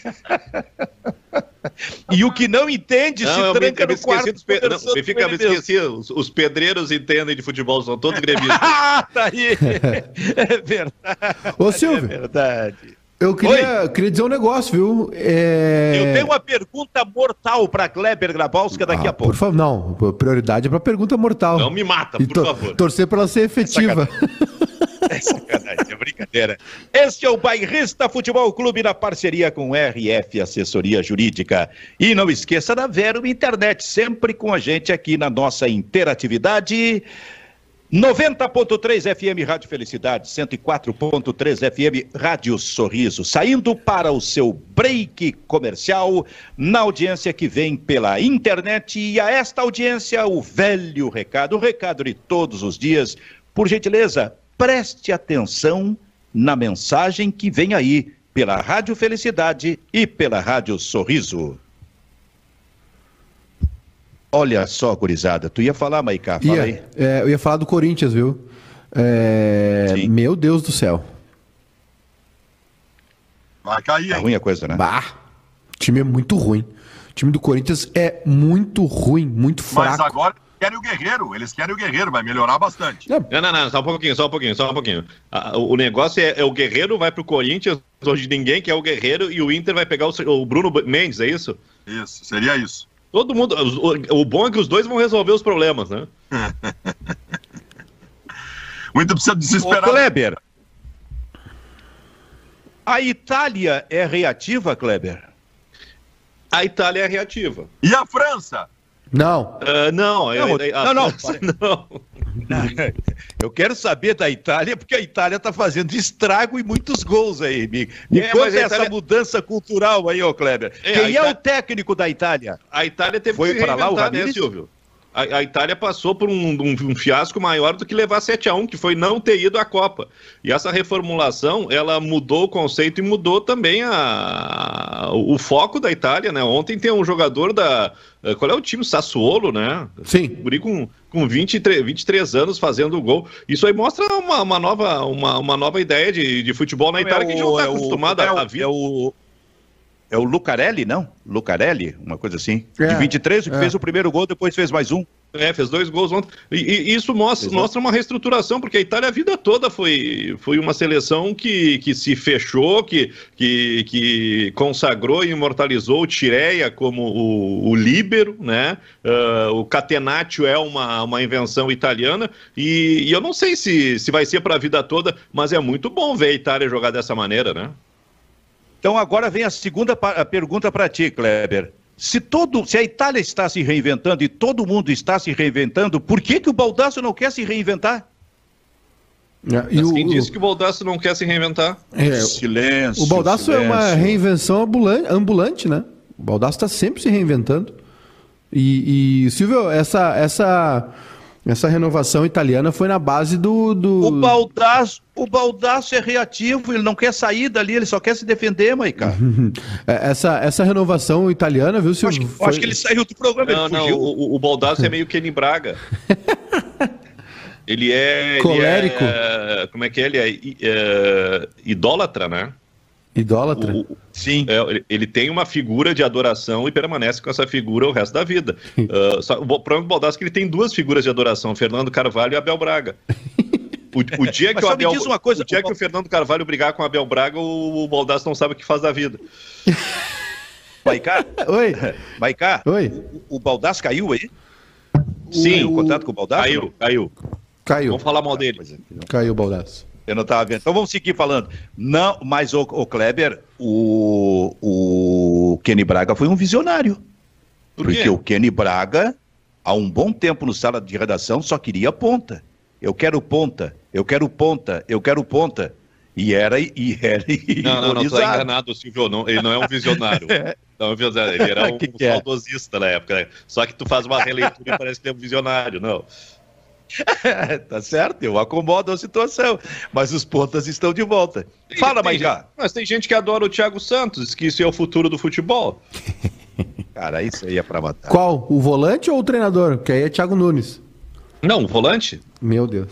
E o que não entende Não, se eu me, tranca eu me no quarto. esqueci dos pe... não, conversando Benfica, com me ele mesmo. esqueci. Os, os pedreiros entendem de futebol, são todos gremistas. Ah, tá aí. É verdade. Ô, É Silvio, verdade. eu queria, queria dizer um negócio, viu? É... Eu tenho uma pergunta mortal para Kleber Grabowska daqui Ah, a pouco. Por favor, não. Prioridade é pra pergunta mortal. Não me mata, E por tor- favor. Torcer pra ela ser efetiva. É sacanagem, é brincadeira. Este é o Bairrista Futebol Clube na parceria com R F Assessoria Jurídica. E não esqueça da Vero Internet, sempre com a gente aqui na nossa interatividade. noventa ponto três F M Rádio Felicidade, cento e quatro ponto três F M Rádio Sorriso, saindo para o seu break comercial, na audiência que vem pela internet. E a esta audiência, o velho recado, o recado de todos os dias. Por gentileza, preste atenção na mensagem que vem aí pela Rádio Felicidade e pela Rádio Sorriso. Olha só, gurizada, tu ia falar, Maiká, fala aí. Ia, é, eu ia falar do Corinthians, viu? É, Sim. meu Deus do céu. vai cair, Tá hein? ruim a coisa, né? Bah, o time é muito ruim. O time do Corinthians é muito ruim, muito Mas fraco. agora querem o Guerreiro, eles querem o Guerreiro, vai melhorar bastante. É, Não, não, não, só um pouquinho, só um pouquinho, só um pouquinho. Ah, o negócio é, é o Guerreiro vai pro Corinthians, hoje ninguém quer o Guerreiro, e o Inter vai pegar o, o Bruno Mendes, é isso? Isso, seria isso. Todo mundo. O, o bom é que os dois vão resolver os problemas, né? O Inter precisa Ô, desesperar. Kleber, a Itália é reativa, Kleber? A Itália é reativa. E a França? não. Ah, não, Não, a- a não, não, França pare- não. Eu quero saber da Itália, porque a Itália está fazendo estrago e muitos gols aí. Me, me É, conta mas a essa Itália- mudança cultural aí, ô Kleber. É, Quem a é Itália- o técnico da Itália? A Itália teve Foi que se pra lá o reinventar, né, Ramires? Silvio? A, a Itália passou por um, um- um fiasco maior do que levar sete a um, que foi não ter ido à Copa. E essa reformulação, ela mudou o conceito e mudou também a, o, o foco da Itália, né? Ontem tem um jogador da... Qual é o time? Sassuolo, né? Sim. Guri com, com vinte e três, vinte e três anos fazendo gol. Isso aí mostra uma, uma, nova, uma, uma nova ideia de, de futebol na Itália, que a gente não está acostumado é o, a vir. É o, é o Lucarelli, não? Lucarelli, uma coisa assim. É, De vinte e três, o que é. fez o primeiro gol, depois fez mais um. É, fez dois gols ontem. E, e isso mostra, Exato. mostra uma reestruturação, porque a Itália a vida toda foi, foi uma seleção que, que se fechou, que, que, que consagrou e imortalizou o Tireia como o, o líbero, né? Uh, o Catenaccio é uma, uma invenção italiana, e, e eu não sei se, se vai ser para a vida toda, mas é muito bom ver a Itália jogar dessa maneira, né? Então agora vem a segunda pa- a pergunta para ti, Kleber. Se, todo, se a Itália está se reinventando e todo mundo está se reinventando, por que, que o Baldasso não quer se reinventar? É, e Mas o, quem o- disse que o Baldasso não quer se reinventar? é, Silêncio. o Baldasso é uma silêncio. reinvenção ambulante, ambulante, né? O Baldasso está sempre se reinventando. E, e, Silvio, essa, essa, essa renovação italiana foi na base do... do... O Baldasso, o Baldasso é reativo, ele não quer sair dali, ele só quer se defender, Maiká. É, essa, essa renovação italiana, viu, Eu Silvio? acho, que, foi- acho que ele saiu do programa, Não, ele não, fugiu. o, o Baldasso é meio Kenny Braga. Ele é... ele Colérico. é- como é que é? Ele é, é idólatra, né? Idólatra? O, Sim. É, ele tem uma figura de adoração e permanece com essa figura o resto da vida. uh, só, o problema do Baldassi é que ele tem duas figuras de adoração, Fernando Carvalho e Abel Braga. O, o dia, que o, Abel, uma coisa, o dia que o Fernando Carvalho brigar com o Abel Braga, o, o Baldassi não sabe o que faz da vida. Maicá? Oi. Maicá? Oi. O, o Baldassi caiu aí? Sim. O, o contrato com o Baldassi? Caiu, não? caiu. Caiu. Vamos falar mal dele. Caiu o Baldassi. Eu não estava vendo. Então vamos seguir falando. Não, mas o, o Kleber, o, o Kenny Braga foi um visionário. Por porque quê? o Kenny Braga, há um bom tempo no sala de redação, só queria ponta. Eu quero ponta, eu quero ponta, eu quero ponta. E era e era Não, não, não, tu tá enganado, Silvio. Não, ele não é um visionário. Não é um visionário. Ele era um, que um que é? saudosista na época. Né? Só que tu faz uma releitura e parece que ele é um visionário, não. Tá certo, eu acomodo a situação, mas os pontas estão de volta. Fala, Maicá. Mas tem gente que adora o Thiago Santos, que isso é o futuro do futebol. Cara, isso aí é pra matar. Qual? O volante ou o treinador? Que aí é Thiago Nunes. Não, o volante? Meu Deus.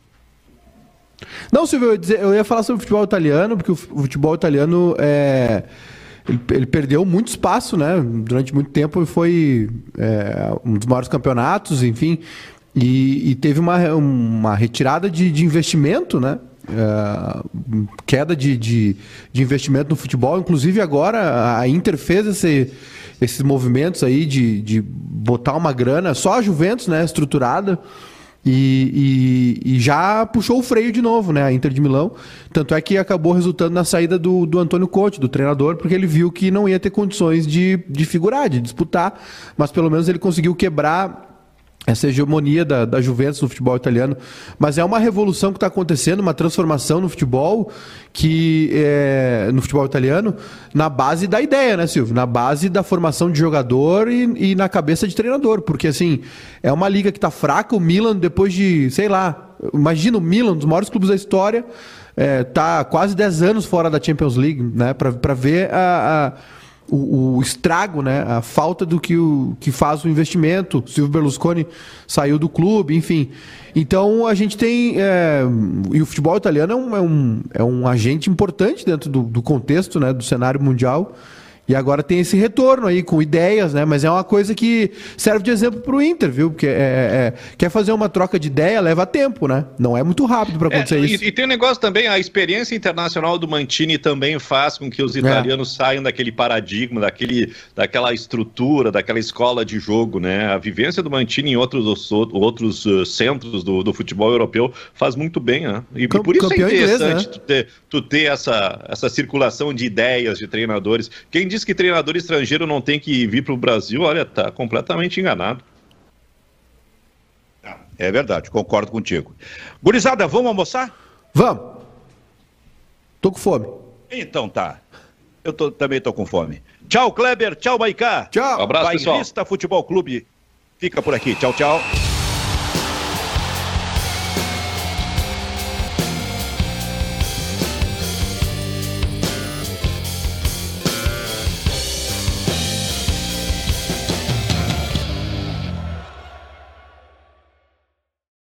Não, Silvio, eu ia, dizer, eu ia falar sobre o futebol italiano, porque o futebol italiano é... Ele, ele perdeu muito espaço, né? Durante muito tempo foi é, um dos maiores campeonatos, enfim... E, e teve uma, uma retirada de, de investimento, né? Uh, queda de, de, de investimento no futebol. Inclusive agora a Inter fez esse, esses movimentos aí de, de botar uma grana, só a Juventus, né? Estruturada. E, e, e já puxou o freio de novo, né? A Inter de Milão. Tanto é que acabou resultando na saída do, do Antônio Conte, do treinador, porque ele viu que não ia ter condições de, de figurar, de disputar. Mas pelo menos ele conseguiu quebrar essa hegemonia da, da Juventus no futebol italiano. Mas é uma revolução que está acontecendo, uma transformação no futebol, que é, no futebol italiano, na base da ideia, né, Silvio? Na base da formação de jogador e, e na cabeça de treinador. Porque, assim, é uma liga que está fraca. O Milan, depois de, sei lá, imagina o Milan, um dos maiores clubes da história, está é, quase dez anos fora da Champions League, né? Para ver a... a O, o estrago, né? A falta do que, o, que faz o investimento. O Silvio Berlusconi saiu do clube, enfim. Então a gente tem... É, e o futebol italiano é um, é um, é um agente importante dentro do, do contexto, né, do cenário mundial. E agora tem esse retorno aí com ideias, né? Mas é uma coisa que serve de exemplo para o Inter, viu? Porque é, é, quer fazer uma troca de ideia, leva tempo, né? Não é muito rápido para acontecer é, isso. E, e tem um negócio também, a experiência internacional do Mantini também faz com que os italianos é. saiam daquele paradigma, daquele, daquela estrutura, daquela escola de jogo, né? A vivência do Mantini em outros, outros uh, centros do, do futebol europeu faz muito bem, né? E Cam- por isso é interessante inglês, né? tu, ter, tu ter essa, essa circulação de ideias de treinadores. Quem diz que treinador estrangeiro não tem que vir para o Brasil, olha, tá completamente enganado. É verdade, concordo contigo. Gurizada, vamos almoçar? Vamos. Tô com fome. Então tá. Eu tô, também tô com fome. Tchau, Kleber. Tchau, Maicá. Tchau. Um abraço, pessoal. Bairrista Futebol Clube fica por aqui. Tchau, tchau.